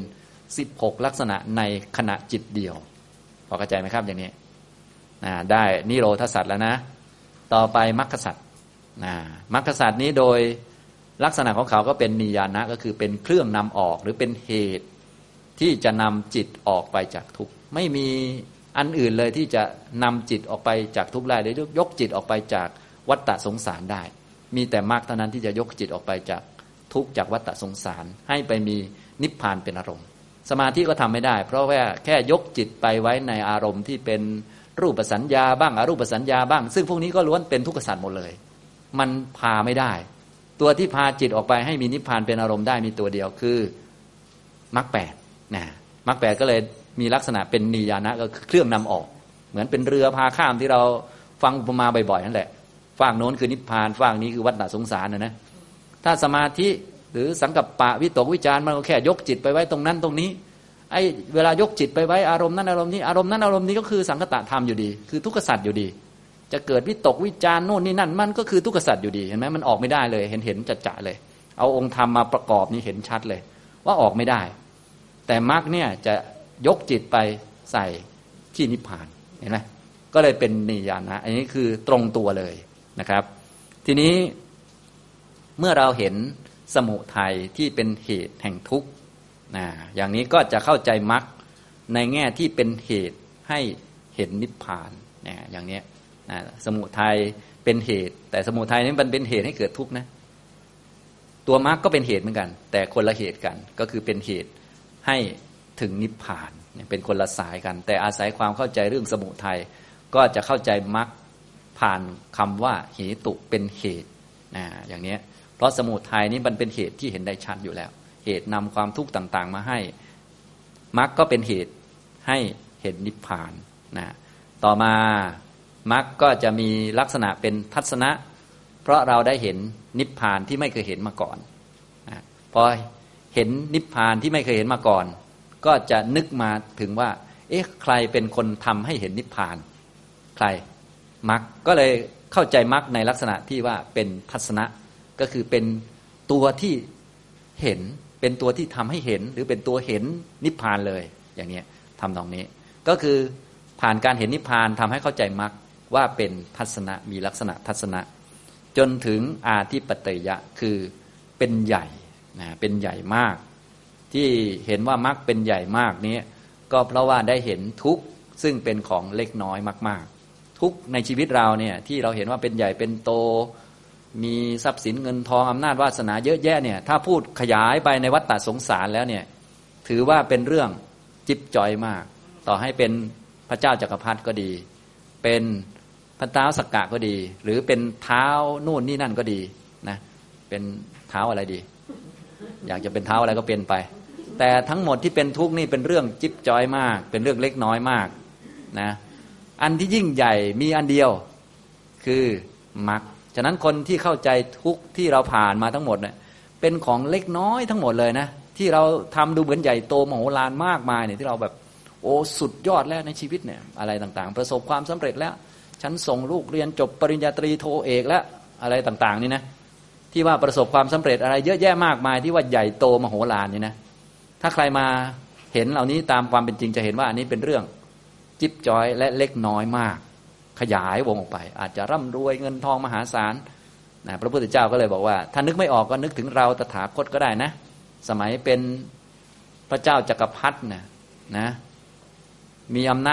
16ลักษณะในขณะจิตเดียวพอเข้าใจไหมครับอย่างนี้ได้นิโรธสัจแล้วนะต่อไปมรรคสัจมรรคสัจนี้โดยลักษณะของเขาก็เป็นนิยานะก็คือเป็นเครื่องนำออกหรือเป็นเหตุที่จะนำจิตออกไปจากทุกข์ไม่มีอันอื่นเลยที่จะนำจิตออกไปจากทุกข์ได้หรือยกจิตออกไปจากวัฏฏะสงสารได้มีแต่มรรคเท่านั้นที่จะยกจิตออกไปจากทุกข์จากวัฏฏะสงสารให้ไปมีนิพพานเป็นอารมณ์สมาธิก็ทำไม่ได้เพราะว่าแค่ยกจิตไปไว้ในอารมณ์ที่เป็นรูปสัญญาบ้างอรูปสัญญาบ้างซึ่งพวกนี้ก็ล้วนเป็นทุกขสัจหมดเลยมันพาไม่ได้ตัวที่พาจิตออกไปให้มีนิพพานเป็นอารมณ์ได้มีตัวเดียวคือมรรคแปดมรรคแปดก็เลยมีลักษณะเป็นนิยานะก็คือเครื่องนำออกเหมือนเป็นเรือพาข้ามที่เราฟังอุปมาบ่อยๆนั่นแหละฝั่งโน้นคือนิพพานฝั่งนี้คือวัฏฏะสงสารนะถ้าสมาธิหรือสังกัปปะวิตกวิจารมันก็แค่ยกจิตไปไว้ตรงนั้นตรงนี้ไอ้เวลายกจิตไปไว้อารมณ์นั้นอารมณ์นี้อารมณ์นั้นอารมณ์นี้ก็คือสังคตธรรมอยู่ดีคือทุกขสัจอยู่ดีจะเกิดวิตกวิจารโน่นนี่นั่นมันก็คือทุกขสัจอยู่ดีเห็นไหมมันออกไม่ได้เลยเห็นจัดๆเลยเอาองค์ธรรมมาประกอบนี่เห็นชัดเลยว่าออกไม่ได้แต่มรรคเนี่ยจะยกจิตไปใส่ที่นิพพานเห็นไหมก็เลยเป็นนิยานะอันนี้คือตรงตัวเลยนะครับทีนี้เมื่อเราเห็นสมุทัยที่เป็นเหตุแห่งทุกข์อย่างนี้ก็จะเข้าใจมรรคในแง่ที่เป็นเหตุให้เห็นนิพพานอย่างนี้สมุทัยเป็นเหตุแต่สมุทัยนี้มันเป็นเหตุให้เกิดทุกข์นะตัวมรรคก็เป็นเหตุเหมือนกันแต่คนละเหตุกันก็คือเป็นเหตุให้ถึงนิพพานเป็นคนละสายกันแต่อาศัยความเข้าใจเรื่องสมุทัยก็จะเข้าใจมรรคผ่านคำว่าเหตุเป็นเหตุอย่างนี้เพราะสมุทัยนี้มันเป็นเหตุที่เห็นได้ชัดอยู่แล้วเหตุนำความทุกข์ต่างๆมาให้มรรคก็เป็นเหตุให้เห็นนิพพานต่อมามรรคก็จะมีลักษณะเป็นทัศนะเพราะเราได้เห็นนิพพานที่ไม่เคยเห็นมาก่อนพอเห็นนิพพานที่ไม่เคยเห็นมาก่อนก็จะนึกมาถึงว่าใครเป็นคนทำให้เห็นนิพพานใครมรรคก็เลยเข้าใจมรรคในลักษณะที่ว่าเป็นทัศนะก็คือเป็นตัวที่เห็นเป็นตัวที่ทำให้เห็นหรือเป็นตัวเห็นนิพพานเลยอย่างนี้ทำตรงนี้ก็คือผ่านการเห็นนิพพานทำให้เข้าใจมรรคว่าเป็นทัศนะมีลักษณะทัศนะจนถึงอาทิปไตยะคือเป็นใหญ่เป็นใหญ่มากที่เห็นว่ามรรคเป็นใหญ่มากนี้ก็เพราะว่าได้เห็นทุกข์ซึ่งเป็นของเล็กน้อยมากๆทุกข์ในชีวิตเราเนี่ยที่เราเห็นว่าเป็นใหญ่เป็นโตมีทรัพย์สินเงินทองอำนาจวาสนาเยอะแยะเนี่ยถ้าพูดขยายไปในวัฏฏะสงสารแล้วเนี่ยถือว่าเป็นเรื่องจิ๊บจ้อยมากต่อให้เป็นพระเจ้าจักรพรรดิก็ดีเป็นพระเท้าสักกะก็ดีหรือเป็นเท้านู่นนี่นั่นก็ดีนะเป็นเท้าอะไรดีอยากจะเป็นเท้าอะไรก็เป็นไปแต่ทั้งหมดที่เป็นทุกข์นี่เป็นเรื่องจิ๊บจ้อยมากเป็นเรื่องเล็กน้อยมากนะอันที่ยิ่งใหญ่มีอันเดียวคือมรรคฉะนั้นคนที่เข้าใจทุกข์ที่เราผ่านมาทั้งหมดเนี่ยเป็นของเล็กน้อยทั้งหมดเลยนะที่เราทำดูเหมือนใหญ่โตมโหฬารมากมายเนี่ยที่เราแบบโอ้สุดยอดแล้วในชีวิตเนี่ยอะไรต่างๆประสบความสำเร็จแล้วฉันส่งลูกเรียนจบปริญญาตรีโทเอกแล้วอะไรต่างๆนี่นะที่ว่าประสบความสำเร็จอะไรเยอะแยะมากมายที่ว่าใหญ่โตมโหฬารนี่นะถ้าใครมาเห็นเหล่านี้ตามความเป็นจริงจะเห็นว่าอันนี้เป็นเรื่องจิ๊บจ้อยและเล็กน้อยมากขยายวงออกไปอาจจะร่ำรวยเงินทองมหาศาลพระพุทธเจ้าก็เลยบอกว่าถ้านึกไม่ออกก็นึกถึงเราตถาคตก็ได้นะสมัยเป็นพระเจ้าจักรพรรดินะมีอำนาจ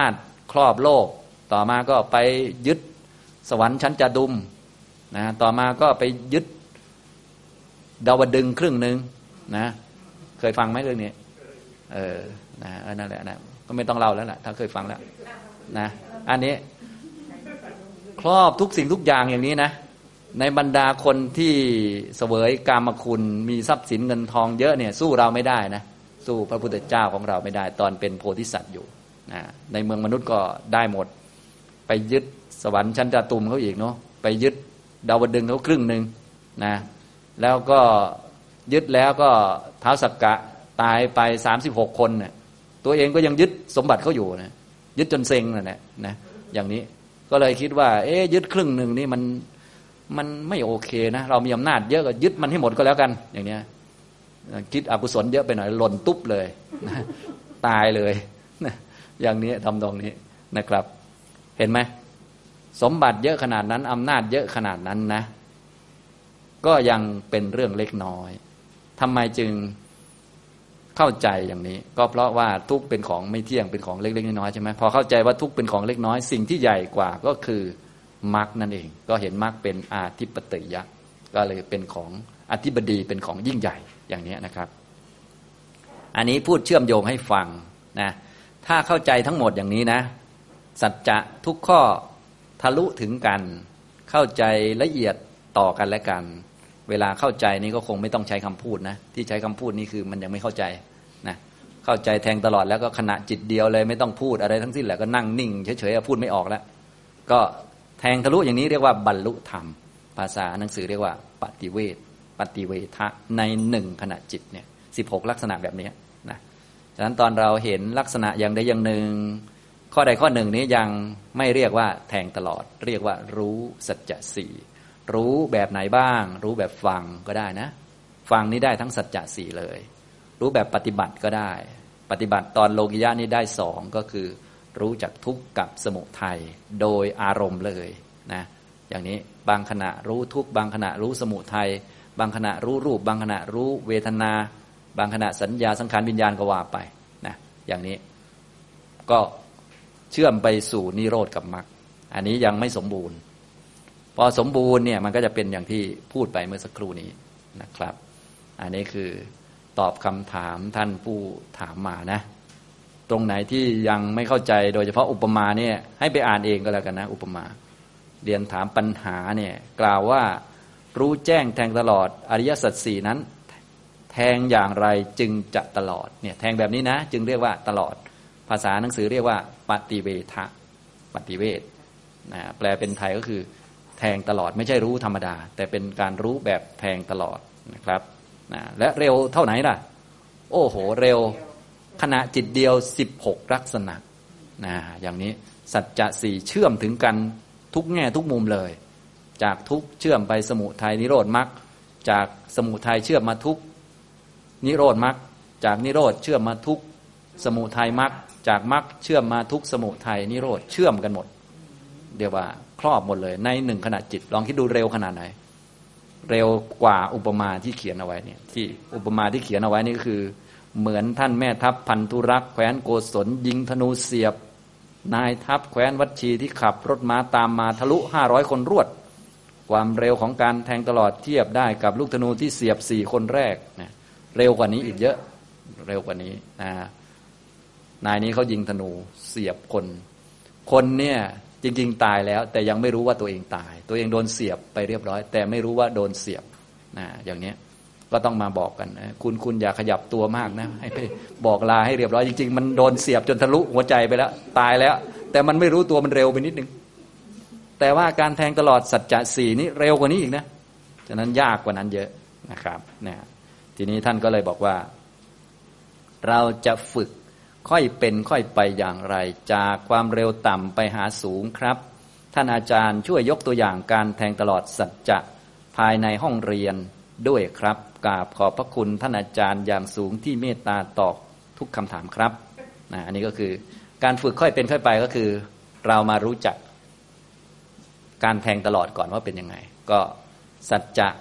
ครอบโลกต่อมาก็ไปยึดสวรรค์ชั้นจาดุมนะต่อมาก็ไปยึดดาวดึงส์ครึ่งนึงนะเคยฟังไหมเรื่องนี้นะนั่นแหละนะก็ไม่ต้องเล่าแล้วล่ะถ้าเคยฟังแล้วนะอันนี้ครอบทุกสิ่งทุกอย่างอย่างนี้นะในบรรดาคนที่เสวยกามคุณมีทรัพย์สินเงินทองเยอะเนี่ยสู้เราไม่ได้นะสู้พระพุทธเจ้าของเราไม่ได้ตอนเป็นโพธิสัตว์อยู่นะในเมืองมนุษย์ก็ได้หมดไปยึดสวรรค์ชั้นจาตุมเขาอีกเนาะไปยึดดาวดึงส์เขาครึ่งนึงนะแล้วก็ยึดแล้วก็ท้าวสักกะตายไป36คนเนี่ยตัวเองก็ยังยึดสมบัติเขาอยู่นะยึดจนเซ็งนั่นแหละนะอย่างนี้ก็เลยคิดว่ายึดครึ่งนึงนี่มันไม่โอเคนะเรามีอำนาจเยอะก็ยึดมันให้หมดก็แล้วกันอย่างเนี้ยคิดอกุศลเยอะไปหน่อยหล่นตุ๊บเลยนะตายเลยนะอย่างนี้ทำตรงนี้นะครับเห็นไหมสมบัติเยอะขนาดนั้นอำนาจเยอะขนาดนั้นนะก็ยังเป็นเรื่องเล็กน้อยทำไมจึงเข้าใจอย่างนี้ก็เพราะว่าทุกข์เป็นของไม่เที่ยงเป็นของเล็กๆน้อยๆใช่ไหมพอเข้าใจว่าทุกข์เป็นของเล็กน้อยสิ่งที่ใหญ่กว่าก็คือมรรคนั่นเองก็เห็นมรรคเป็นอาธิปไตยะก็เลยเป็นของอธิบดีเป็นของยิ่งใหญ่อย่างนี้นะครับอันนี้พูดเชื่อมโยงให้ฟังนะถ้าเข้าใจทั้งหมดอย่างนี้นะสัจจะทุกข้อทะลุถึงกันเข้าใจละเอียดต่อกันและกันเวลาเข้าใจนี้ก็คงไม่ต้องใช้คำพูดนะที่ใช้คำพูดนี่คือมันยังไม่เข้าใจนะเข้าใจแทงตลอดแล้วก็ขณะจิตเดียวเลยไม่ต้องพูดอะไรทั้งสิ้นแหละก็นั่งนิ่งเฉยๆพูดไม่ออกแล้วก็แทงทะลุอย่างนี้เรียกว่าบรรลุธรรมภาษาหนังสือเรียกว่าปฏิเวทปฏิเวทะใน1ขณะจิตเนี่ย16ลักษณะแบบนี้นะฉะนั้นตอนเราเห็นลักษณะอย่างใดอย่างหนึ่งข้อใดข้อหนึ่งนี้ยังไม่เรียกว่าแทงตลอดเรียกว่ารู้สัจจะสี่รู้แบบไหนบ้างรู้แบบฟังก็ได้นะฟังนี้ได้ทั้งสัจจะสี่เลยรู้แบบปฏิบัติก็ได้ปฏิบัติตอนโลกิยะนี้ได้2ก็คือรู้จักทุกข์กับสมุทัยโดยอารมณ์เลยนะอย่างนี้บางขณะรู้ทุกข์บางขณะรู้สมุทัยบางขณะรู้รูปบางขณะรู้เวทนาบางขณะสัญญาสังขารวิญญาณก็ว่าไปนะอย่างนี้ก็เชื่อมไปสู่นิโรธกับมรรคอันนี้ยังไม่สมบูรณ์พอสมบูรณ์เนี่ยมันก็จะเป็นอย่างที่พูดไปเมื่อสักครู่นี้นะครับอันนี้คือตอบคำถามท่านผู้ถามมานะตรงไหนที่ยังไม่เข้าใจโดยเฉพาะอุปมาเนี่ยให้ไปอ่านเองก็แล้วกันนะอุปมาเรียนถามปัญหาเนี่ยกล่าวว่ารู้แจ้งแทงตลอดอริยสัจสี่นั้นแทงอย่างไรจึงจะตลอดเนี่ยแทงแบบนี้นะจึงเรียกว่าตลอดภาษาหนังสือเรียกว่าปฏิเวทะปฏิเวทนะแปลเป็นไทยก็คือแทงตลอดไม่ใช่รู้ธรรมดาแต่เป็นการรู้แบบแทงตลอดนะครับนะและเร็วเท่าไหนล่ะโอ้โหเร็วขณะจิตเดียว16ลักษณะนะอย่างนี้สัจจะสี่เชื่อมถึงกันทุกแง่ทุกมุมเลยจากทุกข์เชื่อมไปสมุทัยนิโรธมรรคจากสมุทัยเชื่อมมาทุกข์นิโรธมรรคจากนิโรธเชื่อมมาทุกข์สมุทัยมรรคจากมรรคเชื่อมมาทุกข์สมุทัยนิโรธเชื่อมกันหมดเดี๋ยวว่าครอบหมดเลยใน1ขณะจิตลองคิดดูเร็วขนาดไหนเร็วกว่าอุปมาที่เขียนเอาไว้เนี่ยที่อุปมาที่เขียนเอาไว้นี่ก็คือเหมือนท่านแม่ทัพพันธุรักษ์แคว้นโกศลยิงธนูเสียบนายทัพแคว้นวัชชีที่ขับรถม้าตามมาทะลุ500คนรวดความเร็วของการแทงตลอดเทียบได้กับลูกธนูที่เสียบ4คนแรกนะเร็วกว่านี้อีกเยอะเร็วกว่านี้นายนี้เขายิงธนูเสียบคนเนี่ยจริงๆตายแล้วแต่ยังไม่รู้ว่าตัวเองตายตัวเองโดนเสียบไปเรียบร้อยแต่ไม่รู้ว่าโดนเสียบอย่างนี้ก็ต้องมาบอกกันนะคุณอย่าขยับตัวมากนะให้ไปบอกลาให้เรียบร้อยจริงๆมันโดนเสียบจนทะลุหัวใจไปแล้วตายแล้วแต่มันไม่รู้ตัวมันเร็วไปนิดนึงแต่ว่าการแทงตลอดสัจจะสี่นี้เร็วกว่านี้อีกนะฉะนั้นยากกว่านั้นเยอะนะครับเนี่ยทีนี้ท่านก็เลยบอกว่าเราจะฝึกค่อยเป็นค่อยไปอย่างไรจากความเร็วต่ำไปหาสูงครับท่านอาจารย์ช่วยยกตัวอย่างการแทงตลอดสัจจะภายในห้องเรียนด้วยครับกราบขอบพระคุณท่านอาจารย์อย่างสูงที่เมตตาตอบทุกคำถามครับอันนี้ก็คือการฝึกค่อยเป็นค่อยไปก็คือเรามารู้จักการแทงตลอดก่อนว่าเป็นยังไงก็สัจจะ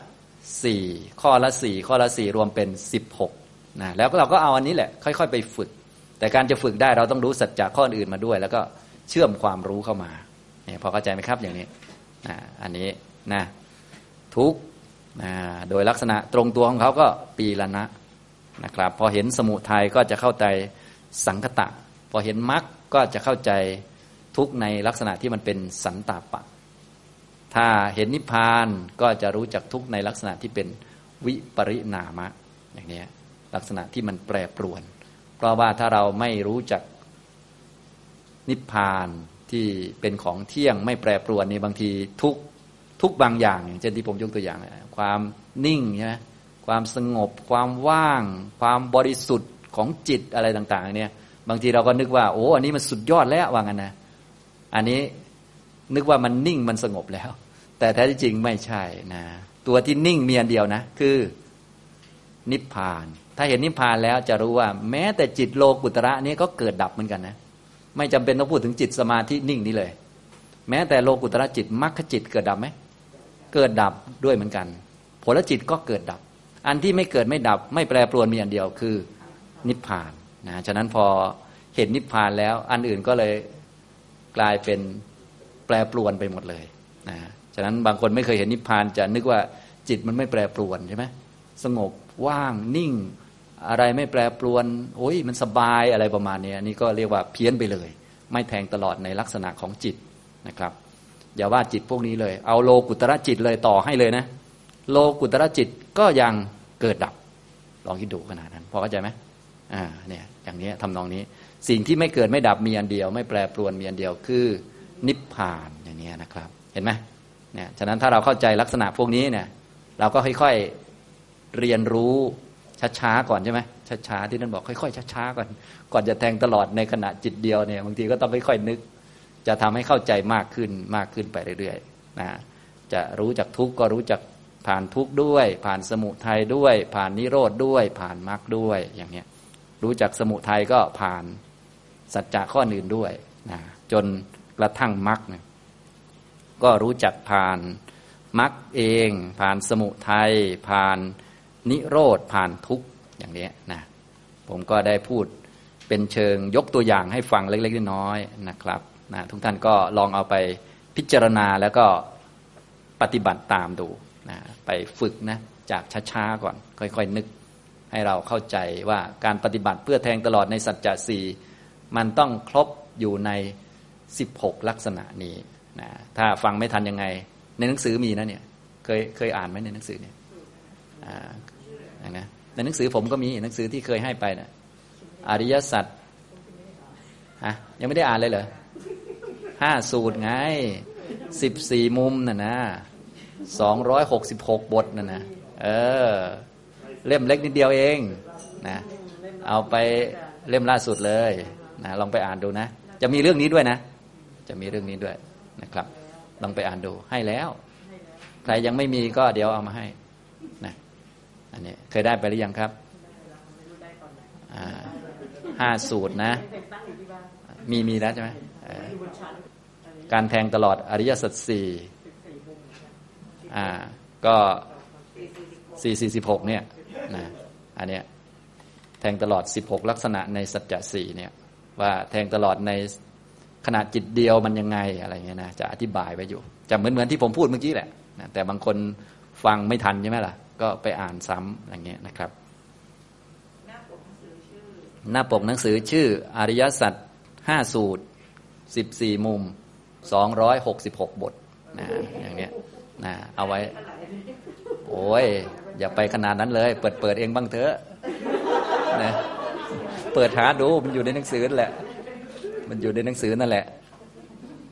4ข้อละ4ข้อละ4รวมเป็น16แล้วเราก็เอาอันนี้แหละค่อยๆไปฝึกแต่การจะฝึกได้เราต้องรู้สัจจะข้ออื่นมาด้วยแล้วก็เชื่อมความรู้เข้ามาเนี่ยพอเข้าใจไหมครับอย่างนี้อันนี้นะทุกข์โดยลักษณะตรงตัวของเขาก็ปีละนะครับพอเห็นสมุทัยก็จะเข้าใจสังคตะพอเห็นมรรคก็จะเข้าใจทุกข์ในลักษณะที่มันเป็นสันตาปะถ้าเห็นนิพพานก็จะรู้จักทุกข์ในลักษณะที่เป็นวิปริณามะอย่างนี้ลักษณะที่มันแปรปรวนเพราะว่าถ้าเราไม่รู้จักนิพพานที่เป็นของเที่ยงไม่แปรปรวนนี่บางทีทุกบางอย่างอย่างเช่นที่ผมยกตัวอย่างความนิ่งใช่ไหมความสงบความว่างความบริสุทธิ์ของจิตอะไรต่างๆเนี่ยบางทีเราก็นึกว่าโอ้อันนี้มันสุดยอดแล้วว่างั้นนะอันนี้นึกว่ามันนิ่งมันสงบแล้วแต่แท้ที่จริงไม่ใช่นะตัวที่นิ่งมีอันเดียวนะคือนิพพานถ้าเห็นนิพพานแล้วจะรู้ว่าแม้แต่จิตโลกุตระนี้ก็เกิดดับเหมือนกันนะไม่จำเป็นต้องพูดถึงจิตสมาธินิ่งนี้เลยแม้แต่โลกุตระจิตมรรคจิตเกิดดับไหมเกิดดับด้วยเหมือนกันผลจิตก็เกิดดับอันที่ไม่เกิดไม่ดับไม่แปรปรวนมีอันเดียวคือนิพพานนะฉะนั้นพอเห็นนิพพานแล้วอันอื่นก็เลยกลายเป็นแปรปรวนไปหมดเลยนะฉะนั้นบางคนไม่เคยเห็นนิพพานจะนึกว่าจิตมันไม่แปรปรวนใช่ไหมสงบว่างนิ่งอะไรไม่แปรปรวนโอ้ยมันสบายอะไรประมาณนี้นี่ก็เรียกว่าเพี้ยนไปเลยไม่แทงตลอดในลักษณะของจิตนะครับอย่าว่าจิตพวกนี้เลยเอาโลกุตระจิตเลยต่อให้เลยนะโลกุตระจิตก็ยังเกิดดับลองคิดดูขนาดนั้นพอเข้าใจไหมเนี่ยอย่างนี้ทำนองนี้สิ่งที่ไม่เกิดไม่ดับมีอันเดียวไม่แปรปรวนมีอันเดียวคือนิพพานอย่างนี้นะครับเห็นไหมเนี่ยฉะนั้นถ้าเราเข้าใจลักษณะพวกนี้เนี่ยเราก็ค่อยๆเรียนรู้ช้าๆก่อนใช่ไหมช้าๆที่ท่านบอกค่อยๆช้าๆก่อนจะแทงตลอดในขณะจิตเดียวเนี่ยบางทีก็ต้องค่อยๆนึกจะทำให้เข้าใจมากขึ้นไปเรื่อยๆนะจะรู้จักทุกข์ก็รู้จักผ่านทุกข์ด้วยผ่านสมุทัยด้วยผ่านนิโรธด้วยผ่านมรรคด้วยอย่างเนี้ยรู้จักสมุทัยก็ผ่านสัจจะข้ออื่นด้วยนะจนกระทั่งมรรคเนี่ยก็รู้จักผ่านมรรคเองผ่านสมุทัยผ่านนิโรธผ่านทุกข์อย่างนี้นะผมก็ได้พูดเป็นเชิงยกตัวอย่างให้ฟังเล็กๆน้อยๆนะครับนะทุกท่านก็ลองเอาไปพิจารณาแล้วก็ปฏิบัติตามดูนะไปฝึกนะจากช้าๆก่อนค่อยๆนึกให้เราเข้าใจว่าการปฏิบัติเพื่อแทงตลอดในสัจจะสี่มันต้องครบอยู่ใน16ลักษณะนี้นะถ้าฟังไม่ทันยังไงในหนังสือมีนะเนี่ยเคยอ่านไหมในหนังสือเนี่ยนะในหนังสือผมก็มีหนังสือที่เคยให้ไปนะอริยสัจยังไม่ได้อ่านเลยเหรอ5 สูตรไง14 มุมน่ะนะ266 บทน่ะนะเล่มเล็กนิดเดียวเองนะเอาไปเล่มล่าสุดเลยนะลองไปอ่านดูนะจะมีเรื่องนี้ด้วยนะจะมีเรื่องนี้ด้วยนะครับลองไปอ่านดูให้แล้วใครยังไม่มีก็เดี๋ยวเอามาให้นะอันนี้เคยได้ไปหรือยังครับ5 สูตรนะมีแล้วใช่ไหมการแทงตลอดอริยสัจสี่ก็446เนี่ยนะอันเนี้ยแทงตลอด16ลักษณะในสัจจะสี่เนี่ยว่าแทงตลอดในขณะจิตเดียวมันยังไงอะไรเงี้ยนะจะอธิบายไว้อยู่จะเหมือนที่ผมพูดเมื่อกี้แหละนะแต่บางคนฟังไม่ทันใช่ไหมล่ะก็ไปอ่านซ้ำอะไรเงี้ยนะครับหน้าปกหนังสือชื่ออริยสัจ5 สูตร14 มุม266 บทนะอย่างเนี้ยนะเอาไว้โอ้ยอย่าไปขนาดนั้นเลยเปิดเองบ้างเถอะนะเปิดหาดูมันอยู่ในหนังสือนั่นแหละมันอยู่ในหนังสือนั่นแหละ